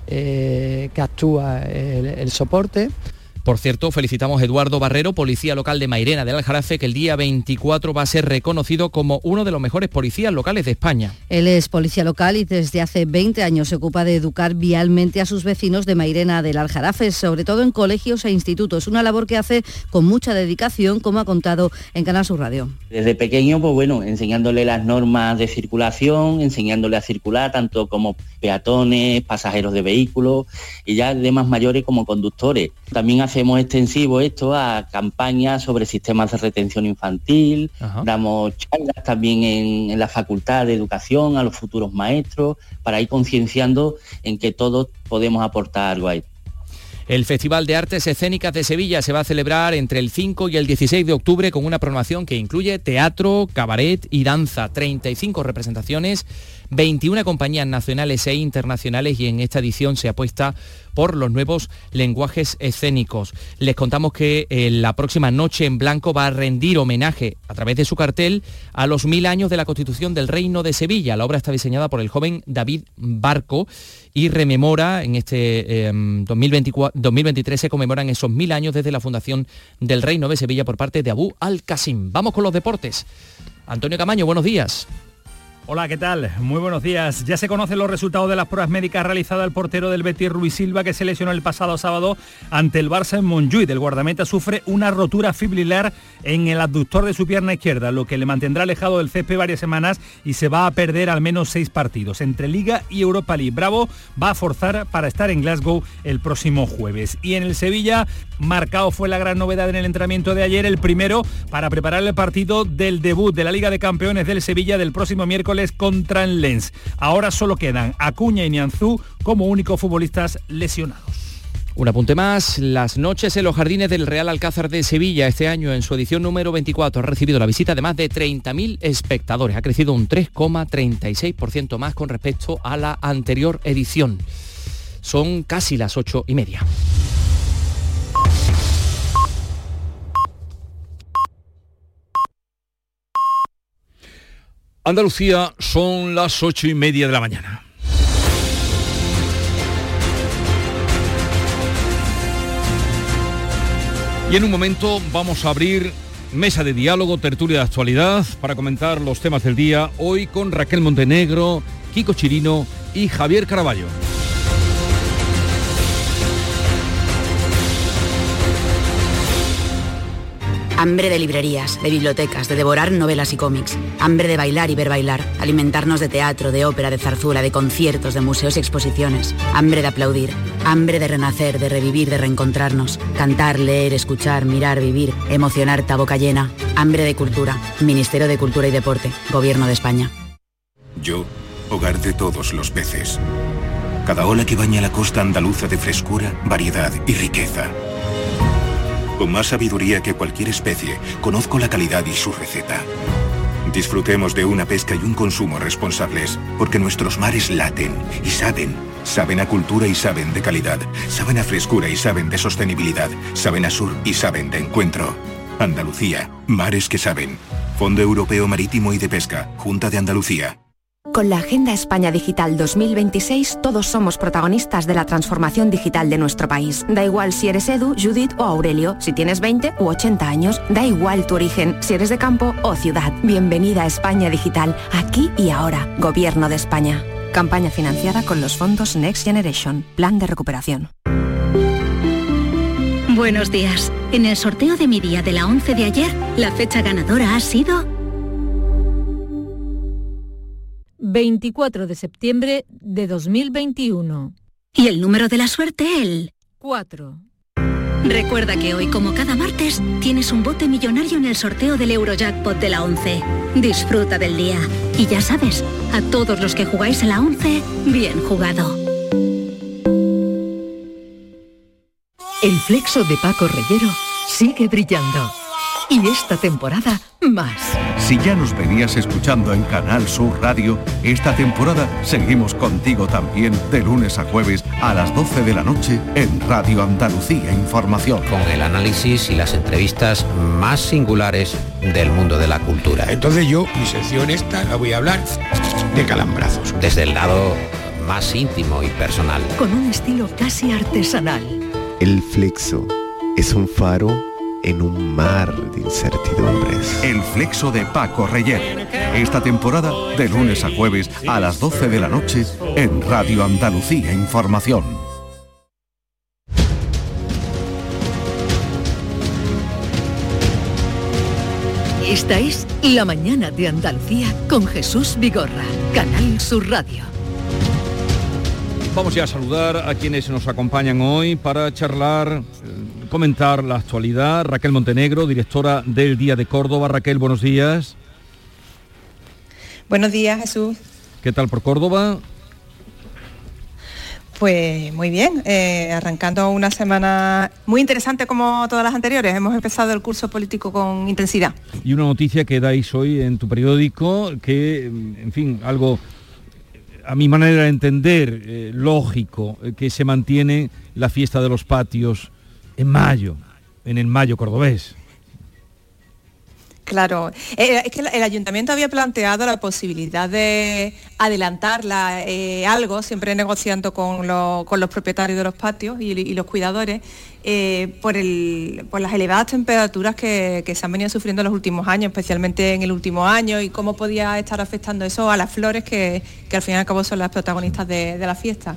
actúa el soporte. Por cierto, felicitamos a Eduardo Barrero, policía local de Mairena del Aljarafe, que el día 24 va a ser reconocido como uno de los mejores policías locales de España. Él es policía local y desde hace 20 años se ocupa de educar vialmente a sus vecinos de Mairena del Aljarafe, sobre todo en colegios e institutos. Una labor que hace con mucha dedicación, como ha contado en Canal Sur Radio. Desde pequeño, pues bueno, enseñándole las normas de circulación, enseñándole a circular tanto como peatones, pasajeros de vehículos y ya de más mayores como conductores. También hacemos extensivo esto a campañas sobre sistemas de retención infantil. Ajá. Damos charlas también en la Facultad de Educación a los futuros maestros para ir concienciando en que todos podemos aportar algo ahí. El Festival de Artes Escénicas de Sevilla se va a celebrar entre el 5 y el 16 de octubre con una programación que incluye teatro, cabaret y danza, 35 representaciones, 21 compañías nacionales e internacionales y en esta edición se apuesta por los nuevos lenguajes escénicos. Les contamos que la próxima Noche en Blanco va a rendir homenaje a través de su cartel a los 1000 años de la Constitución del Reino de Sevilla. La obra está diseñada por el joven David Barco y rememora en este 2023 se conmemoran esos 1000 años desde la fundación del Reino de Sevilla por parte de Abú al-Qasim. Vamos con los deportes. Antonio Camaño, buenos días. Hola, ¿qué tal? Muy buenos días. Ya se conocen los resultados de las pruebas médicas realizadas al portero del Betis, Rui Silva, que se lesionó el pasado sábado ante el Barça en Montjuïc. El guardameta sufre una rotura fibrilar en el abductor de su pierna izquierda, lo que le mantendrá alejado del césped varias semanas y se va a perder al menos 6 partidos entre Liga y Europa League. Bravo va a forzar para estar en Glasgow el próximo jueves. Y en el Sevilla, Marcao fue la gran novedad en el entrenamiento de ayer, el primero para preparar el partido del debut de la Liga de Campeones del Sevilla del próximo miércoles contra el Lens. Ahora solo quedan Acuña y Nianzú como únicos futbolistas lesionados. Un apunte más, las noches en los jardines del Real Alcázar de Sevilla este año en su edición número 24 ha recibido la visita de más de 30.000 espectadores. Ha crecido un 3,36% más con respecto a la anterior edición. Son casi las 8:30. Andalucía, son las 8:30 de la mañana. Y en un momento vamos a abrir mesa de diálogo, tertulia de actualidad, para comentar los temas del día, hoy con Raquel Montenegro, Kiko Chirino y Javier Caraballo. Hambre de librerías, de bibliotecas, de devorar novelas y cómics. Hambre de bailar y ver bailar. Alimentarnos de teatro, de ópera, de zarzuela, de conciertos, de museos y exposiciones. Hambre de aplaudir. Hambre de renacer, de revivir, de reencontrarnos. Cantar, leer, escuchar, mirar, vivir. Emocionarte a boca llena. Hambre de cultura. Ministerio de Cultura y Deporte. Gobierno de España. Yo, hogar de todos los peces. Cada ola que baña la costa andaluza de frescura, variedad y riqueza. Con más sabiduría que cualquier especie, conozco la calidad y su receta. Disfrutemos de una pesca y un consumo responsables, porque nuestros mares laten y saben a cultura y saben de calidad, saben a frescura y saben de sostenibilidad, saben a sur y saben de encuentro. Andalucía, mares que saben. Fondo Europeo Marítimo y de Pesca, Junta de Andalucía. Con la Agenda España Digital 2026, todos somos protagonistas de la transformación digital de nuestro país. Da igual si eres Edu, Judith o Aurelio, si tienes 20 u 80 años, da igual tu origen, si eres de campo o ciudad. Bienvenida a España Digital, aquí y ahora. Gobierno de España. Campaña financiada con los fondos Next Generation, Plan de Recuperación. Buenos días. En el sorteo de mi día de la 11 de ayer, la fecha ganadora ha sido 24 de septiembre de 2021. Y el número de la suerte, el 4. Recuerda que hoy, como cada martes, tienes un bote millonario en el sorteo del Eurojackpot de la 11. Disfruta del día. Y ya sabes, a todos los que jugáis a la 11, bien jugado. El flexo de Paco Reyero sigue brillando. Y esta temporada, más. Si ya nos venías escuchando en Canal Sur Radio, esta temporada seguimos contigo también de lunes a jueves a las 12 de la noche en Radio Andalucía Información. Con el análisis y las entrevistas más singulares del mundo de la cultura. Entonces yo, mi sección esta, la voy a hablar de calambrazos. Desde el lado más íntimo y personal. Con un estilo casi artesanal. El flexo es un faro en un mar de incertidumbres. El flexo de Paco Reyer. Esta temporada de lunes a jueves a las 12 de la noche en Radio Andalucía Información. Esta es La Mañana de Andalucía con Jesús Vigorra, Canal Sur Radio. Vamos ya a saludar a quienes nos acompañan hoy para charlar, comentar la actualidad. Raquel Montenegro, directora del Día de Córdoba. Raquel, buenos días. Buenos días, Jesús. ¿Qué tal por Córdoba? Pues muy bien, arrancando una semana muy interesante como todas las anteriores. Hemos empezado el curso político con intensidad. Y una noticia que dais hoy en tu periódico, que, en fin, algo, a mi manera de entender, lógico, que se mantiene la fiesta de los patios en mayo, en el mayo cordobés. Claro, es que el ayuntamiento había planteado la posibilidad de adelantarla algo, siempre negociando con los propietarios de los patios y los cuidadores, por las elevadas temperaturas que se han venido sufriendo en los últimos años, especialmente en el último año, y cómo podía estar afectando eso a las flores que al fin y al cabo son las protagonistas de la fiesta.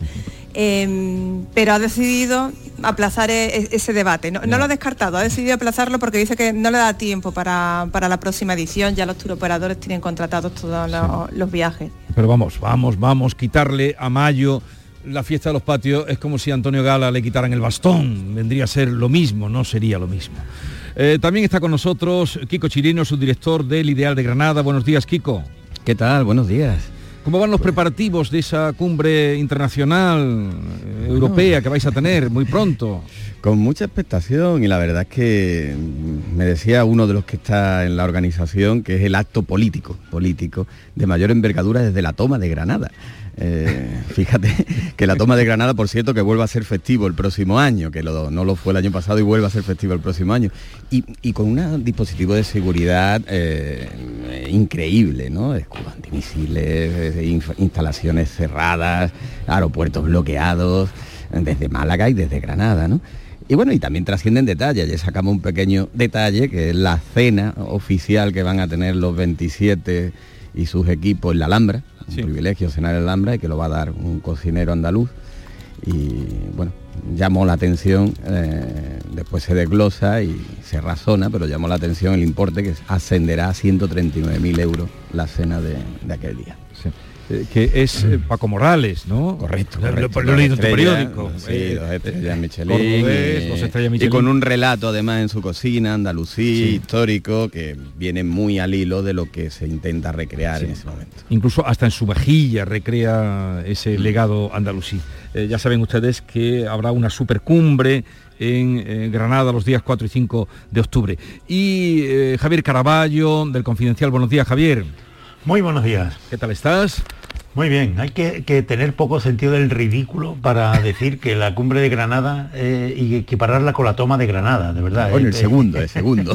Pero ha decidido aplazar ese debate. No lo ha descartado, ha decidido aplazarlo porque dice que no le da tiempo para la próxima edición. Ya los turoperadores tienen contratados todos los viajes. Pero vamos, quitarle a mayo la fiesta de los patios es como si a Antonio Gala le quitaran el bastón. Vendría a ser lo mismo, no sería lo mismo. También está con nosotros Kiko Chirino, subdirector del Ideal de Granada. Buenos días, Kiko. ¿Qué tal? Buenos días. ¿Cómo van los preparativos de esa cumbre internacional europea que vais a tener muy pronto? Con mucha expectación, y la verdad es que me decía uno de los que está en la organización que es el acto político de mayor envergadura desde la toma de Granada. Fíjate que la toma de Granada, por cierto, que vuelva a ser festivo el próximo año, que no lo fue el año pasado y vuelve a ser festivo el próximo año, y con un dispositivo de seguridad increíble, ¿no? Escudos antimisiles, instalaciones cerradas, aeropuertos bloqueados, desde Málaga y desde Granada, ¿no? Y bueno, y también trascienden detalles, ya sacamos un pequeño detalle, que es la cena oficial que van a tener los 27 y sus equipos en la Alhambra. Sí. Un privilegio cenar en la Alhambra, y que lo va a dar un cocinero andaluz. Y bueno, llamó la atención, después se desglosa y se razona, pero llamó la atención el importe, que ascenderá a 139.000 euros la cena de aquel día. Sí. Que es Paco Morales, ¿no? Correcto. Lo he leído en tu periódico. Sí, los estrellas Michelin. Y con un relato además en su cocina, andalusí, histórico, que viene muy al hilo de lo que se intenta recrear en ese momento. Incluso hasta en su vajilla recrea ese legado andalusí. Ya saben ustedes que habrá una supercumbre en Granada los días 4 y 5 de octubre. Y Javier Caraballo, del Confidencial. Buenos días, Javier. Muy buenos días. ¿Qué tal estás? Muy bien, hay que tener poco sentido del ridículo para decir que la cumbre de Granada y equipararla con la toma de Granada, de verdad. Bueno, el segundo. El segundo.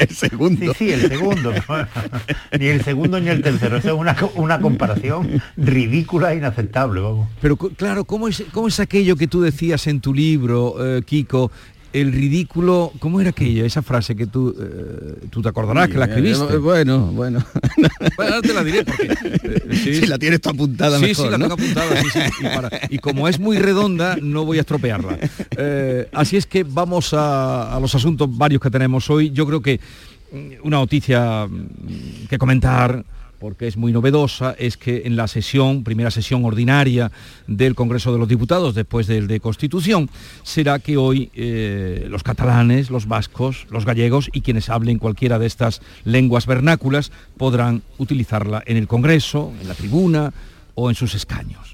Sí, el segundo. Ni el segundo ni el tercero. Eso es una comparación ridícula e inaceptable, vamos. Pero claro, ¿cómo es aquello que tú decías en tu libro, Kiko? El ridículo, ¿cómo era aquello? Esa frase que tú te acordarás, que la escribiste. Bueno. Bueno, ahora te la diré porque... sí, la tienes tú apuntada mejor, Sí, la tengo apuntada, sí. Y como es muy redonda, no voy a estropearla. Así es que vamos a los asuntos varios que tenemos hoy. Yo creo que una noticia que comentar, porque es muy novedosa, es que en la primera sesión ordinaria del Congreso de los Diputados, después del de Constitución, será que hoy los catalanes, los vascos, los gallegos y quienes hablen cualquiera de estas lenguas vernáculas podrán utilizarla en el Congreso, en la tribuna o en sus escaños.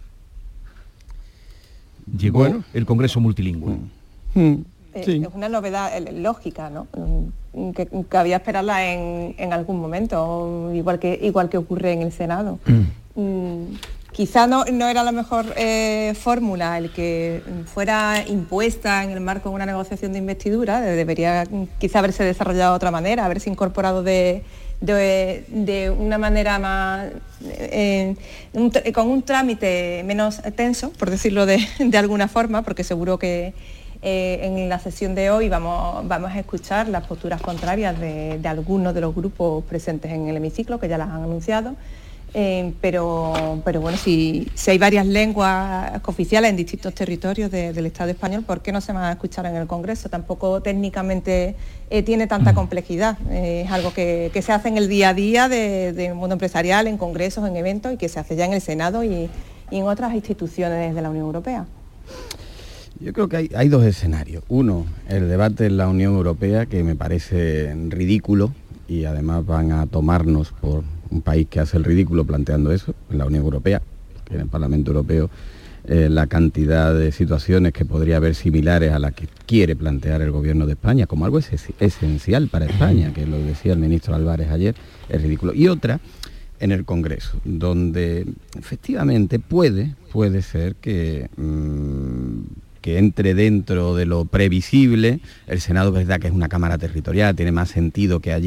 Llegó el Congreso multilingüe. Sí. Es una novedad lógica, ¿no? Que cabía esperarla en algún momento, igual que ocurre en el Senado. Quizá no era la mejor fórmula el que fuera impuesta en el marco de una negociación de investidura. Debería quizá haberse desarrollado de otra manera, haberse incorporado de una manera más con un trámite menos tenso, por decirlo de alguna forma, porque seguro que en la sesión de hoy vamos a escuchar las posturas contrarias de algunos de los grupos presentes en el hemiciclo, que ya las han anunciado, pero bueno, si hay varias lenguas cooficiales en distintos territorios del Estado español, ¿por qué no se van a escuchar en el Congreso? Tampoco técnicamente tiene tanta complejidad, es algo que se hace en el día a día del mundo empresarial, en congresos, en eventos, y que se hace ya en el Senado y en otras instituciones de la Unión Europea. Yo creo que hay dos escenarios. Uno, el debate en la Unión Europea, que me parece ridículo, y además van a tomarnos por un país que hace el ridículo planteando eso, en la Unión Europea, que en el Parlamento Europeo, la cantidad de situaciones que podría haber similares a las que quiere plantear el Gobierno de España, como algo esencial para España, que lo decía el ministro Álvarez ayer, es ridículo. Y otra, en el Congreso, donde efectivamente puede ser que entre dentro de lo previsible. El Senado es verdad que es una cámara territorial, tiene más sentido que allí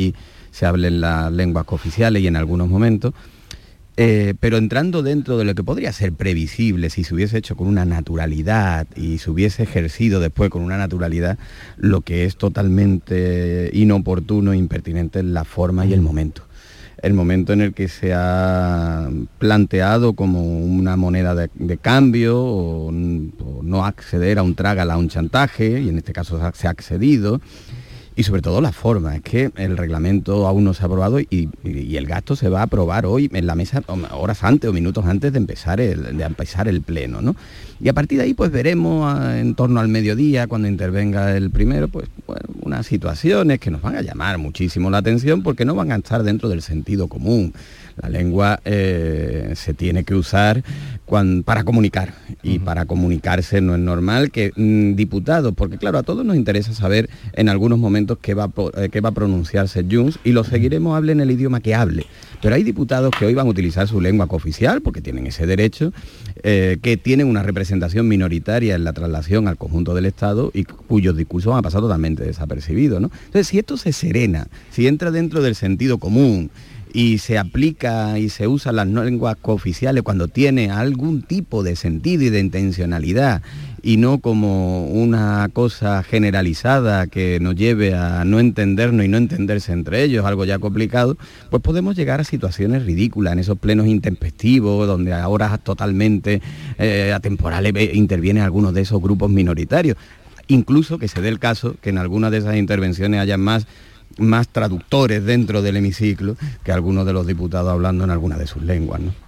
se hablen las lenguas cooficiales y en algunos momentos. Pero entrando dentro de lo que podría ser previsible si se hubiese hecho con una naturalidad y se hubiese ejercido después con una naturalidad, lo que es totalmente inoportuno e impertinente es la forma y el momento. El momento en el que se ha planteado como una moneda de cambio o no acceder a un trágala, a un chantaje, y en este caso se ha accedido. Y sobre todo la forma, es que el reglamento aún no se ha aprobado y el gasto se va a aprobar hoy en la mesa horas antes o minutos antes de empezar el pleno, ¿no? Y a partir de ahí pues veremos en torno al mediodía, cuando intervenga el primero, pues bueno, unas situaciones que nos van a llamar muchísimo la atención porque no van a estar dentro del sentido común. La lengua se tiene que usar para comunicar, y para comunicarse no es normal que diputados, porque claro, a todos nos interesa saber en algunos momentos qué va a pronunciarse Junts, y lo seguiremos, hable en el idioma que hable. Pero hay diputados que hoy van a utilizar su lengua cooficial, porque tienen ese derecho, que tienen una representación minoritaria en la traslación al conjunto del Estado y cuyos discursos van a pasar totalmente desapercibidos, ¿no? Entonces, si esto se serena, si entra dentro del sentido común, y se aplica y se usan las lenguas cooficiales cuando tiene algún tipo de sentido y de intencionalidad, y no como una cosa generalizada que nos lleve a no entendernos y no entenderse entre ellos, algo ya complicado, pues podemos llegar a situaciones ridículas en esos plenos intempestivos, donde a horas totalmente atemporales intervienen algunos de esos grupos minoritarios. Incluso que se dé el caso que en algunas de esas intervenciones haya más traductores dentro del hemiciclo que algunos de los diputados hablando en alguna de sus lenguas, ¿no?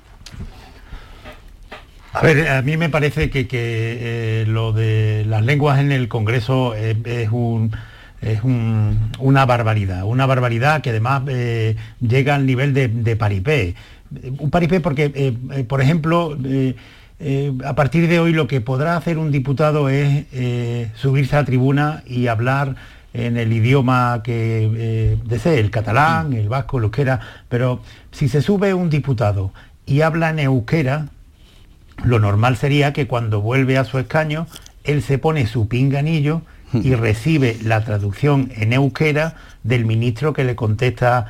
A ver, a mí me parece que lo de las lenguas en el Congreso es una barbaridad que además llega al nivel de paripé. Un paripé porque, por ejemplo, a partir de hoy lo que podrá hacer un diputado es subirse a la tribuna y hablar en el idioma que desee, el catalán, el vasco, el euskera, pero si se sube un diputado y habla en euskera, lo normal sería que cuando vuelve a su escaño, él se pone su pinganillo y recibe la traducción en euskera del ministro que le contesta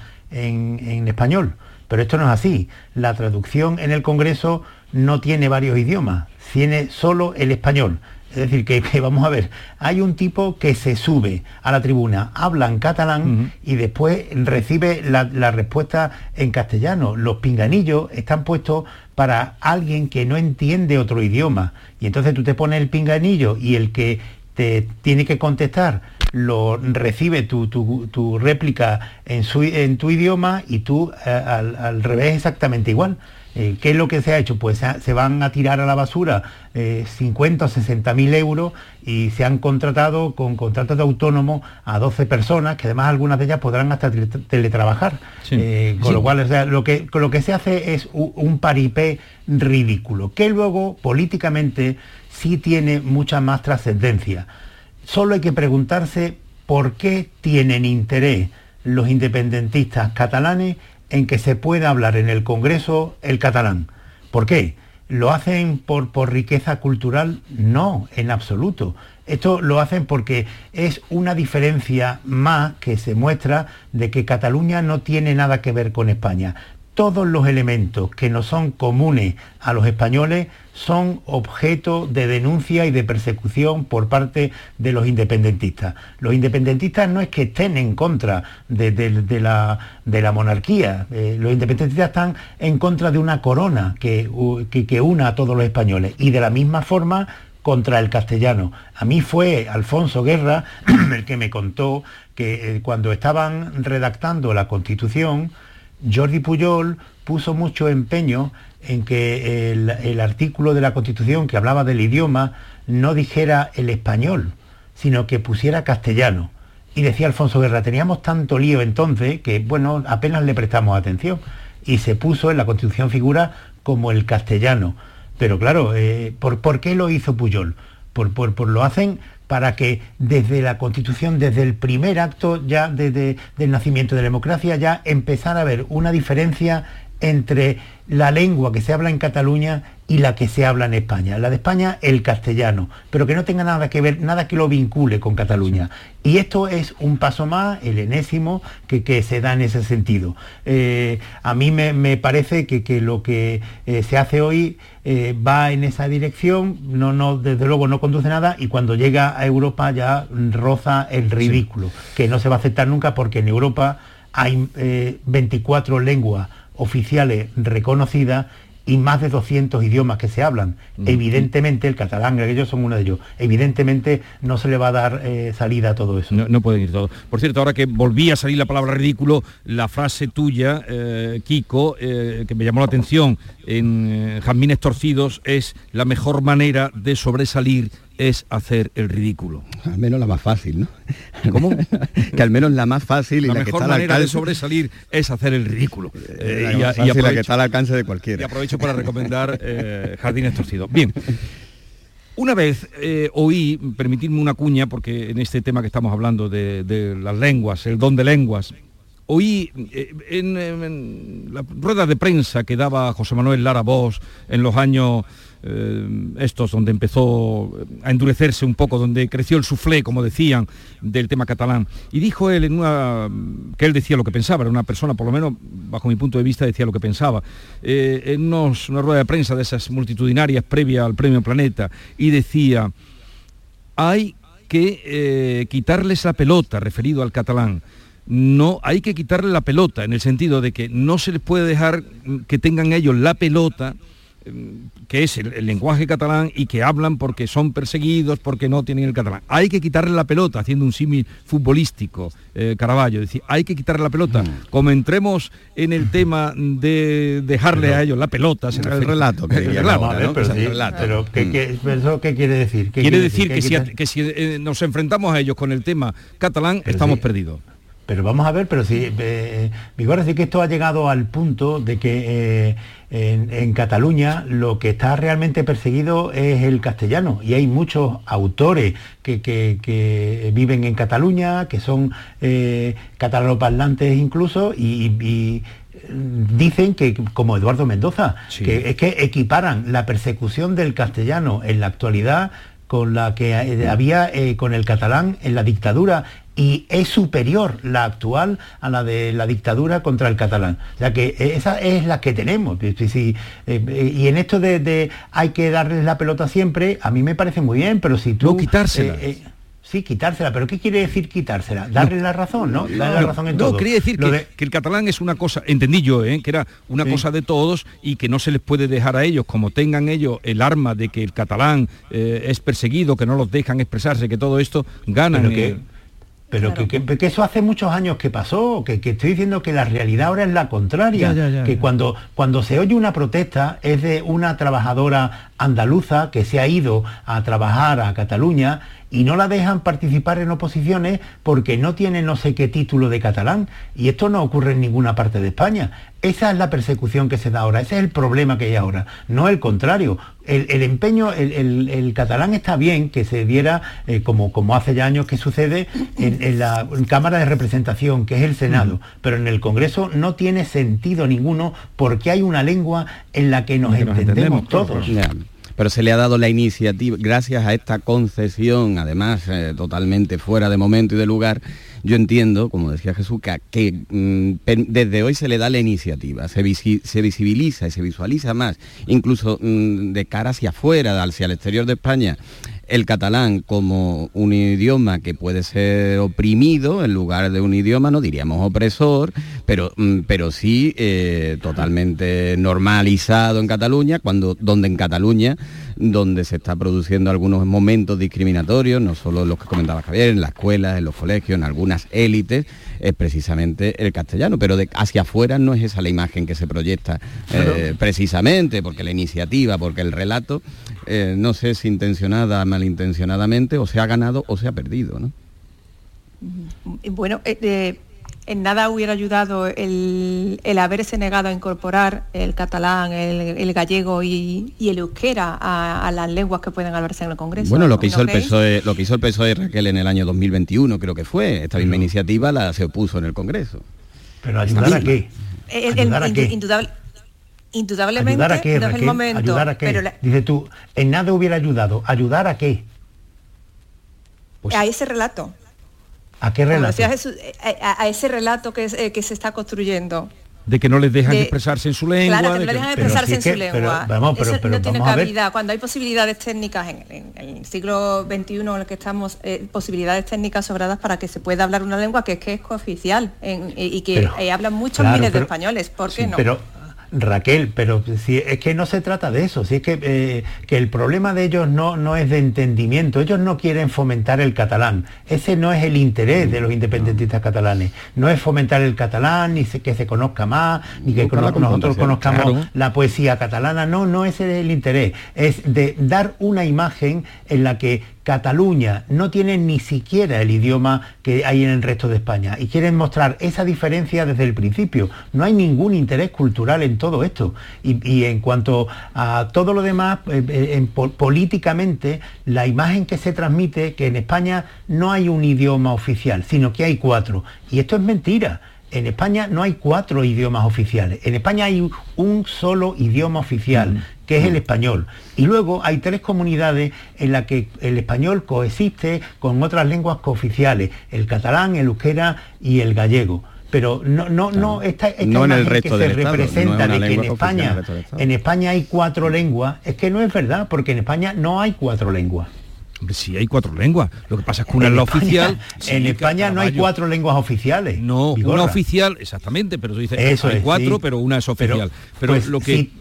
en español. Pero esto no es así. La traducción en el Congreso no tiene varios idiomas, tiene solo el español. Es decir, que vamos a ver, hay un tipo que se sube a la tribuna, habla en catalán y después recibe la respuesta en castellano. Los pinganillos están puestos para alguien que no entiende otro idioma. Y entonces tú te pones el pinganillo y el que te tiene que contestar lo recibe tu réplica en tu idioma, y tú al revés exactamente igual. ¿Qué es lo que se ha hecho? Pues se van a tirar a la basura 50 o 60.000 euros y se han contratado con contratos de autónomo a 12 personas, que además algunas de ellas podrán hasta teletrabajar. Sí. Con lo cual, o sea, lo que se hace es un paripé ridículo, que luego políticamente sí tiene mucha más trascendencia. Solo hay que preguntarse por qué tienen interés los independentistas catalanes en que se pueda hablar en el Congreso el catalán. ¿Por qué? ¿Lo hacen por riqueza cultural? No, en absoluto. Esto lo hacen porque es una diferencia más que se muestra de que Cataluña no tiene nada que ver con España. Todos los elementos que no son comunes a los españoles son objeto de denuncia y de persecución por parte de los independentistas. Los independentistas no es que estén en contra de la monarquía, los independentistas están en contra de una corona que una a todos los españoles, y de la misma forma contra el castellano. A mí fue Alfonso Guerra el que me contó que cuando estaban redactando la Constitución, Jordi Pujol puso mucho empeño en que el artículo de la Constitución que hablaba del idioma no dijera el español, sino que pusiera castellano. Y decía Alfonso Guerra, teníamos tanto lío entonces que, bueno, apenas le prestamos atención. Y se puso en la Constitución figura como el castellano. Pero claro, ¿por qué lo hizo Pujol? Lo hacen para que desde la Constitución, desde el primer acto ya del nacimiento de la democracia, ya empezara a haber una diferencia entre la lengua que se habla en Cataluña y la que se habla en España. La de España, el castellano, pero que no tenga nada que ver, nada que lo vincule con Cataluña. Y esto es un paso más, el enésimo, que se da en ese sentido. A mí me parece que lo que se hace hoy va en esa dirección, desde luego no conduce nada, y cuando llega a Europa ya roza el ridículo, que no se va a aceptar nunca, porque en Europa hay 24 lenguas oficiales reconocidas y más de 200 idiomas que se hablan. Evidentemente, el catalán, ellos son uno de ellos, evidentemente no se le va a dar salida a todo eso. No pueden ir todos. Por cierto, ahora que volví a salir la palabra ridículo, la frase tuya, Kiko, que me llamó la atención en Jazmines Torcidos, es: la mejor manera de sobresalir es hacer el ridículo. Al menos la más fácil, ¿no? ¿Cómo? Que al menos la más fácil y la la que mejor está al manera alcance. de sobresalir es hacer el ridículo. La que está al alcance de cualquiera. Y aprovecho para recomendar Jardines Torcidos. Bien. Una vez oí, permitidme una cuña, porque en este tema que estamos hablando de las lenguas, el don de lenguas, oí en la rueda de prensa que daba José Manuel Lara Bosch en los años estos donde empezó a endurecerse un poco, donde creció el suflé, como decían, del tema catalán, y dijo él que él decía lo que pensaba, era una persona, por lo menos bajo mi punto de vista, decía lo que pensaba, en una rueda de prensa de esas multitudinarias previa al Premio Planeta, y decía: hay que quitarles la pelota, referido al catalán. No, hay que quitarle la pelota, en el sentido de que no se les puede dejar que tengan ellos la pelota, que es el lenguaje catalán, y que hablan porque son perseguidos, porque no tienen el catalán. Hay que quitarle la pelota, haciendo un símil futbolístico, Caraballo, decir, hay que quitarle la pelota. Como entremos en el tema de dejarle a ellos la pelota, será el relato. Pero ¿qué quiere decir? Quiere decir que si nos enfrentamos a ellos con el tema catalán, estamos perdidos. Pero vamos a ver, pero si Vigorra, sí que esto ha llegado al punto de que en Cataluña lo que está realmente perseguido es el castellano, y hay muchos autores que viven en Cataluña, que son catalanoparlantes incluso, y dicen que, como Eduardo Mendoza, sí, que es que equiparan la persecución del castellano en la actualidad con la que había con el catalán en la dictadura, y es superior la actual a la de la dictadura contra el catalán. O sea que esa es la que tenemos. Y en esto de hay que darles la pelota siempre, a mí me parece muy bien, pero si tú... No, quitársela. Sí, quitársela, pero ¿qué quiere decir quitársela? Darle la razón, ¿no? Darle la razón en todo. No, quería decir que el catalán es una cosa, entendí yo, que era una cosa de todos, y que no se les puede dejar a ellos, como tengan ellos el arma de que el catalán es perseguido, que no los dejan expresarse, que todo esto ganan. Pero claro, que eso hace muchos años que pasó, que estoy diciendo que la realidad ahora es la contraria, que cuando se oye una protesta es de una trabajadora andaluza que se ha ido a trabajar a Cataluña y no la dejan participar en oposiciones porque no tiene no sé qué título de catalán, y esto no ocurre en ninguna parte de España. Esa es la persecución que se da ahora, ese es el problema que hay ahora, no el contrario. El empeño, el catalán está bien que se diera, como hace ya años que sucede, en la Cámara de Representación, que es el Senado, pero en el Congreso no tiene sentido ninguno, porque hay una lengua en la que nos entendemos todos. Pero se le ha dado la iniciativa, gracias a esta concesión, además totalmente fuera de momento y de lugar. Yo entiendo, como decía Jesús, que desde hoy se le da la iniciativa, se visibiliza y se visualiza más, incluso de cara hacia afuera, hacia el exterior de España, el catalán como un idioma que puede ser oprimido en lugar de un idioma, no diríamos opresor, pero sí totalmente normalizado en Cataluña, donde en Cataluña, donde se está produciendo algunos momentos discriminatorios, no solo los que comentaba Javier, en las escuelas, en los colegios, en algunas élites, es precisamente el castellano, pero hacia afuera no es esa la imagen que se proyecta, precisamente porque la iniciativa, porque el relato, no sé si intencionada, malintencionadamente, o se ha ganado o se ha perdido, ¿no? Bueno, en nada hubiera ayudado el haberse negado a incorporar el catalán, el gallego y el euskera a las lenguas que pueden hablarse en el Congreso. Bueno, lo que hizo el PSOE, Raquel, en el año 2021, creo que fue, esta misma iniciativa se opuso en el Congreso. ¿Pero ayudar a qué? Indudablemente ¿Ayudar a qué, no es Raquel? el momento. ¿Ayudar a qué? Pero Dices tú, en nada hubiera ayudado. ¿Ayudar a qué? Pues, a ese relato. ¿A qué relato? Decía Jesús, a ese relato que se está construyendo. De que no les dejan expresarse en su lengua. Claro, que no les dejan expresarse en su lengua. Eso no tiene vamos cabida. Cuando hay posibilidades técnicas en el siglo XXI en el que estamos, posibilidades técnicas sobradas para que se pueda hablar una lengua que es cooficial y que hablan muchos miles de españoles. ¿Por qué no? Pero, Raquel, pero si es que no se trata de eso, si es que el problema de ellos no es de entendimiento, ellos no quieren fomentar el catalán, ese no es el interés de los independentistas catalanes, no es fomentar el catalán, ni que se conozca más, ni que nosotros conozcamos la poesía catalana, no ese es el interés, es de dar una imagen en la que Cataluña no tiene ni siquiera el idioma que hay en el resto de España y quieren mostrar esa diferencia desde el principio. No hay ningún interés cultural en todo esto. Y en cuanto a todo lo demás, políticamente, la imagen que se transmite, que en España no hay un idioma oficial, sino que hay 4. Y esto es mentira. En España no hay 4 idiomas oficiales. En España hay un solo idioma oficial, que es el español. Y luego hay 3 comunidades en las que el español coexiste con otras lenguas cooficiales, el catalán, el euskera y el gallego. Pero esta no en el resto que se del representa Estado, no de que en España hay 4 lenguas, es que no es verdad, porque en España no hay 4 lenguas. Sí, hay 4 lenguas. Lo que pasa es que una es la oficial. En España no hay 4 lenguas oficiales. No, Vigorra. Una oficial, exactamente, pero tú dices, eso hay 4, sí. pero una es oficial. Pero pues, lo que...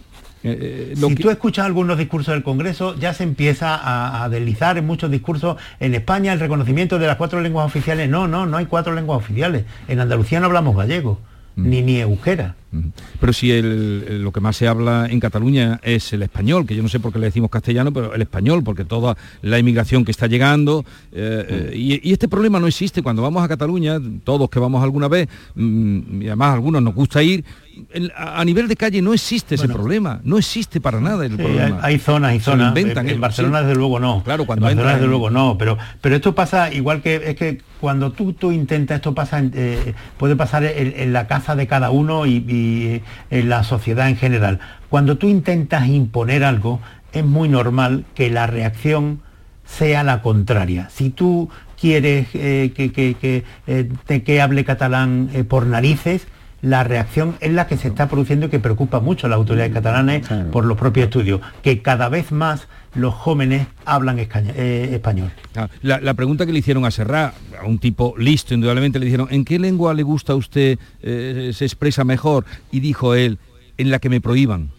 Si tú escuchas algunos discursos del Congreso, ya se empieza a deslizar en muchos discursos en España el reconocimiento de las 4 lenguas oficiales. No hay 4 lenguas oficiales. En Andalucía no hablamos gallego, ni euskera. Pero si lo que más se habla en Cataluña es el español, que yo no sé por qué le decimos castellano, pero el español, porque toda la inmigración que está llegando, y este problema no existe cuando vamos a Cataluña, todos que vamos alguna vez, y además a algunos nos gusta ir, a nivel de calle no existe ese problema, no existe para nada el problema. Hay zonas y zonas, en Barcelona desde luego no. Claro, cuando en Barcelona desde luego no, pero esto pasa igual que, es que cuando tú intentas, esto pasa, puede pasar en la casa de cada uno y en la sociedad en general. Cuando tú intentas imponer algo, es muy normal que la reacción sea la contraria. Si tú quieres que hable catalán por narices, la reacción es la que se está produciendo y que preocupa mucho a las autoridades catalanas por los propios estudios, que cada vez más los jóvenes hablan español. La pregunta que le hicieron a Serrat, a un tipo listo, indudablemente, le dijeron, ¿en qué lengua le gusta a usted, se expresa mejor? Y dijo él, en la que me prohíban.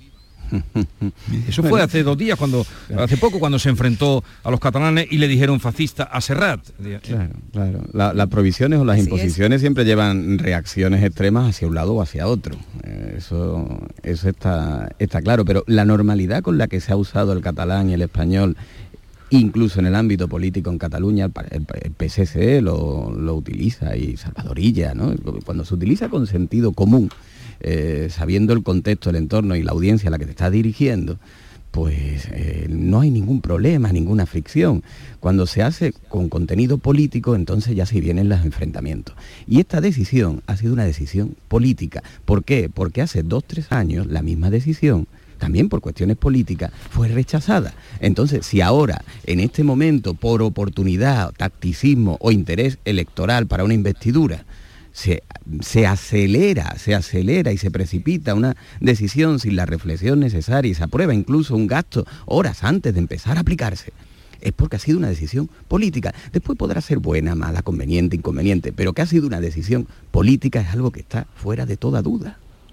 Eso fue hace 2 días, hace poco, cuando se enfrentó a los catalanes y le dijeron fascista a Serrat. Claro. Las prohibiciones o las imposiciones siempre llevan reacciones extremas hacia un lado o hacia otro. Eso está claro, pero la normalidad con la que se ha usado el catalán y el español, incluso en el ámbito político en Cataluña, el PSC lo utiliza, y Salvador Illa, ¿no? Cuando se utiliza con sentido común, sabiendo el contexto, el entorno y la audiencia a la que te estás dirigiendo, pues no hay ningún problema, ninguna fricción. Cuando se hace con contenido político, entonces ya se vienen los enfrentamientos. Y esta decisión ha sido una decisión política. ¿Por qué? Porque hace 2-3 años la misma decisión, también por cuestiones políticas, fue rechazada. Entonces, si ahora, en este momento, por oportunidad, tacticismo o interés electoral para una investidura, se acelera y se precipita una decisión sin la reflexión necesaria y se aprueba incluso un gasto horas antes de empezar a aplicarse, es porque ha sido una decisión política. Después podrá ser buena, mala, conveniente, inconveniente, pero que ha sido una decisión política es algo que está fuera de toda duda.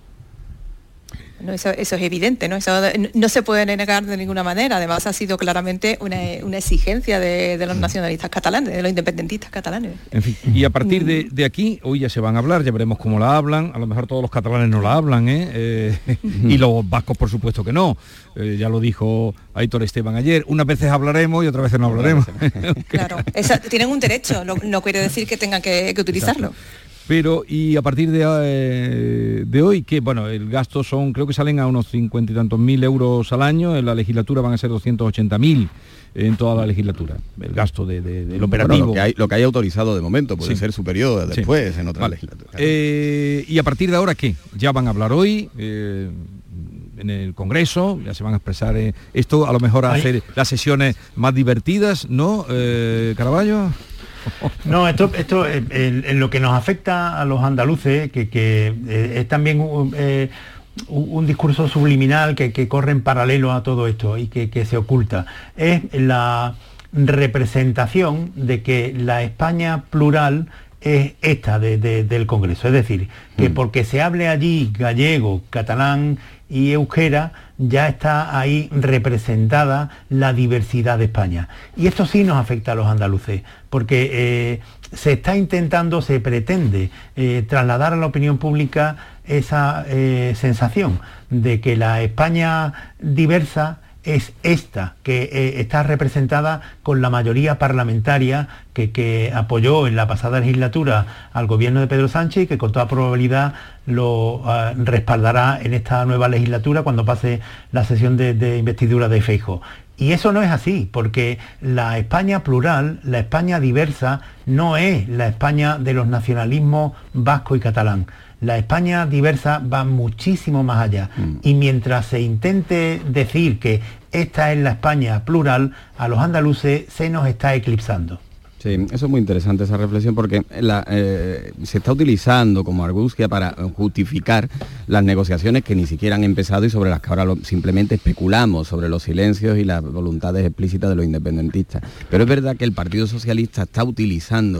No, eso es evidente, ¿no? Eso no se puede negar de ninguna manera. Además ha sido claramente una exigencia de los nacionalistas catalanes, de los independentistas catalanes. En fin, y a partir de aquí, hoy ya se van a hablar, ya veremos cómo la hablan. A lo mejor todos los catalanes no la hablan, y los vascos por supuesto que no. Ya lo dijo Aitor Esteban ayer. Unas veces hablaremos y otras veces no hablaremos. Claro, tienen un derecho, no quiere decir que tengan que utilizarlo. Exacto. Pero, y a partir de hoy, que bueno, el gasto creo que salen a unos 50 y tantos mil euros al año, en la legislatura van a ser 280.000 en toda la legislatura, el gasto del operativo. Bueno, lo que hay autorizado de momento puede ser superior después en otra legislatura. Y a partir de ahora, ¿qué? Ya van a hablar hoy, en el Congreso, ya se van a expresar esto, a lo mejor hacer las sesiones más divertidas, ¿no, Caraballo? No, esto en lo que nos afecta a los andaluces, que es también un discurso subliminal que corre en paralelo a todo esto y que se oculta, es la representación de que la España plural es esta del Congreso, es decir, que porque se hable allí gallego, catalán y euskera, ya está ahí representada la diversidad de España. Y esto sí nos afecta a los andaluces, porque se pretende trasladar a la opinión pública esa sensación de que la España diversa es esta, que está representada con la mayoría parlamentaria que apoyó en la pasada legislatura al gobierno de Pedro Sánchez y que con toda probabilidad lo respaldará en esta nueva legislatura cuando pase la sesión de investidura de Feijóo. Y eso no es así, porque la España plural, la España diversa, no es la España de los nacionalismos vasco y catalán. La España diversa va muchísimo más allá. Y mientras se intente decir que esta es la España plural, a los andaluces se nos está eclipsando. Sí, eso es muy interesante, esa reflexión, porque se está utilizando como argucia para justificar las negociaciones que ni siquiera han empezado y sobre las que ahora simplemente especulamos, sobre los silencios y las voluntades explícitas de los independentistas. Pero es verdad que el Partido Socialista está utilizando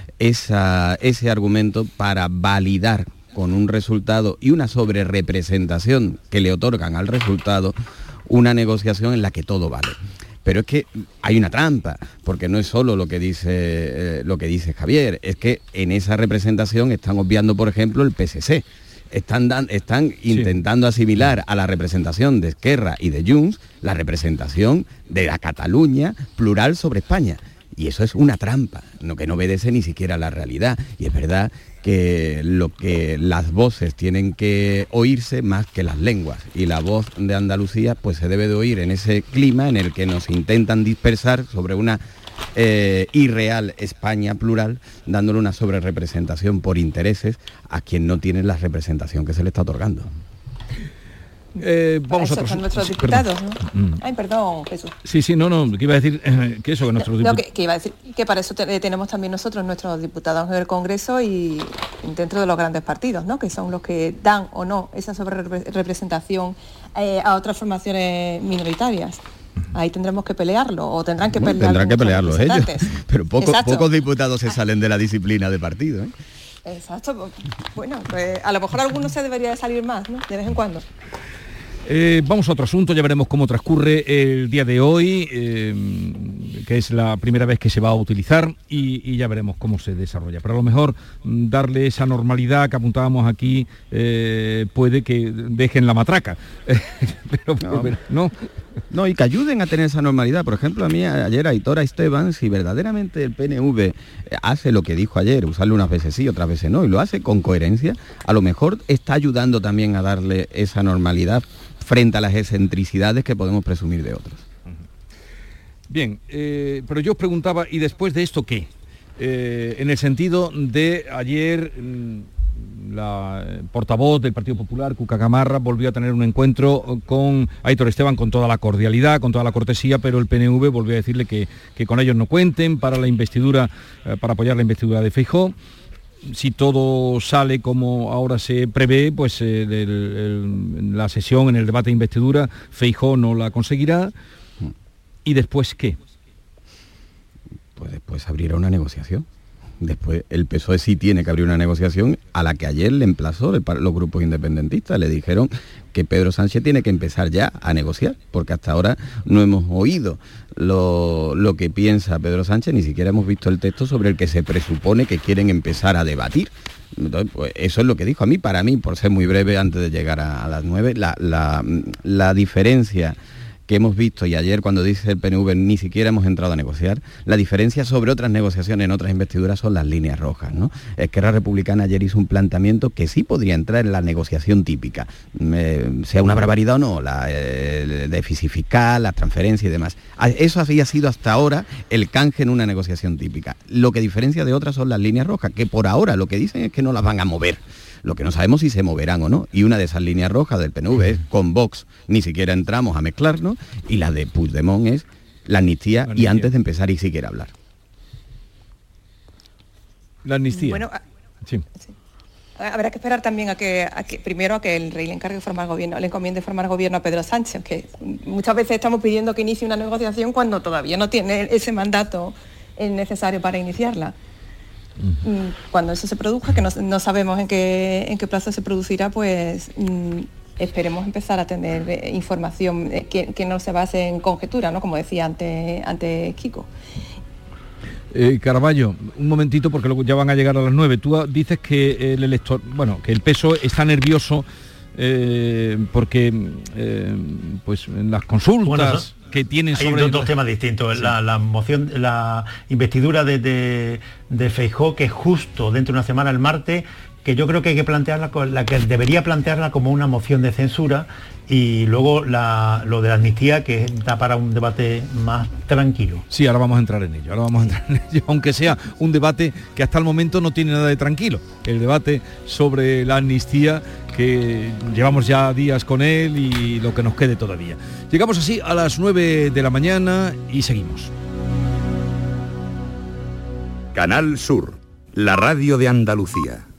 ese argumento para validar con un resultado y una sobrerepresentación que le otorgan al resultado una negociación en la que todo vale. Pero es que hay una trampa, porque no es solo lo que dice Javier, es que en esa representación están obviando, por ejemplo, el PSC. Están intentando asimilar a la representación de Esquerra y de Junts la representación de la Cataluña plural sobre España. Y eso es una trampa, que no obedece ni siquiera a la realidad. Y es verdad que las voces tienen que oírse más que las lenguas. Y la voz de Andalucía pues se debe de oír en ese clima en el que nos intentan dispersar sobre una irreal España plural, dándole una sobrerepresentación por intereses a quien no tiene la representación que se le está otorgando. Vamos a otros. Son nuestros diputados, ¿no? Ay, perdón, Jesús. Sí, no, que iba a decir que eso, que nuestros diputados... que iba a decir que para eso tenemos también nosotros nuestros diputados en el Congreso y dentro de los grandes partidos, ¿no? Que son los que dan o no esa sobrerepresentación a otras formaciones minoritarias. Ahí tendremos que pelearlo, o tendrán que pelearlo ellos. Pero pocos diputados se salen de la disciplina de partido, ¿eh? Exacto. Bueno, pues a lo mejor algunos se debería de salir más, ¿no? De vez en cuando. Vamos a otro asunto, ya veremos cómo transcurre el día de hoy, que es la primera vez que se va a utilizar y ya veremos cómo se desarrolla. Pero a lo mejor darle esa normalidad que apuntábamos aquí puede que dejen la matraca. No, y que ayuden a tener esa normalidad. Por ejemplo, a mí ayer Aitor Esteban, si verdaderamente el PNV hace lo que dijo ayer, usarle unas veces sí, otras veces no, y lo hace con coherencia, a lo mejor está ayudando también a darle esa normalidad frente a las excentricidades que podemos presumir de otros. Bien, pero yo os preguntaba, ¿y después de esto qué? En el sentido de ayer... la portavoz del Partido Popular, Cuca Gamarra, volvió a tener un encuentro con Aitor Esteban con toda la cordialidad, con toda la cortesía, pero el PNV volvió a decirle que con ellos no cuenten para la investidura, para apoyar la investidura de Feijóo. Si todo sale como ahora se prevé, pues la sesión, en el debate de investidura, Feijóo no la conseguirá. ¿Y después qué? Pues después abrirá una negociación. Después el PSOE sí tiene que abrir una negociación a la que ayer le emplazó los grupos independentistas. Le dijeron que Pedro Sánchez tiene que empezar ya a negociar, porque hasta ahora no hemos oído lo que piensa Pedro Sánchez, ni siquiera hemos visto el texto sobre el que se presupone que quieren empezar a debatir. Entonces, pues, eso es lo que dijo. Para mí, por ser muy breve, antes de llegar a las 9, la diferencia que hemos visto, y ayer cuando dice el PNV ni siquiera hemos entrado a negociar, la diferencia sobre otras negociaciones en otras investiduras son las líneas rojas, ¿no? Esquerra Republicana ayer hizo un planteamiento que sí podría entrar en la negociación típica, sea una barbaridad o no, el déficit fiscal, las transferencias y demás. Eso había sido hasta ahora el canje en una negociación típica. Lo que diferencia de otras son las líneas rojas, que por ahora lo que dicen es que no las van a mover. Lo que no sabemos si se moverán o no. Y una de esas líneas rojas del PNV es con Vox ni siquiera entramos a mezclarnos, y la de Puigdemont es la amnistía y antes de empezar y siquiera hablar. La amnistía. Bueno, sí. Habrá que esperar también a que el rey le encargue formar gobierno, le encomiende formar gobierno a Pedro Sánchez, que muchas veces estamos pidiendo que inicie una negociación cuando todavía no tiene ese mandato necesario para iniciarla. Cuando eso se produzca, que no sabemos en qué plazo se producirá, pues esperemos empezar a tener información que no se base en conjetura, ¿no? Como decía antes Kiko. Caraballo, un momentito porque luego ya van a llegar a las 9. Tú dices que el elector, que el PSOE está nervioso porque pues en las consultas que tienen sobre... Hay dos temas distintos. Sí. La moción, la investidura de Feijóo, que justo dentro de una semana, el martes, que yo creo que hay que plantearla, la que debería plantearla como una moción de censura, y luego lo de la amnistía, que da para un debate más tranquilo. Sí, ahora vamos a entrar en ello, aunque sea un debate que hasta el momento no tiene nada de tranquilo. El debate sobre la amnistía, que llevamos ya días con él y lo que nos quede todavía. Llegamos así a las 9 de la mañana y seguimos. Canal Sur, la radio de Andalucía.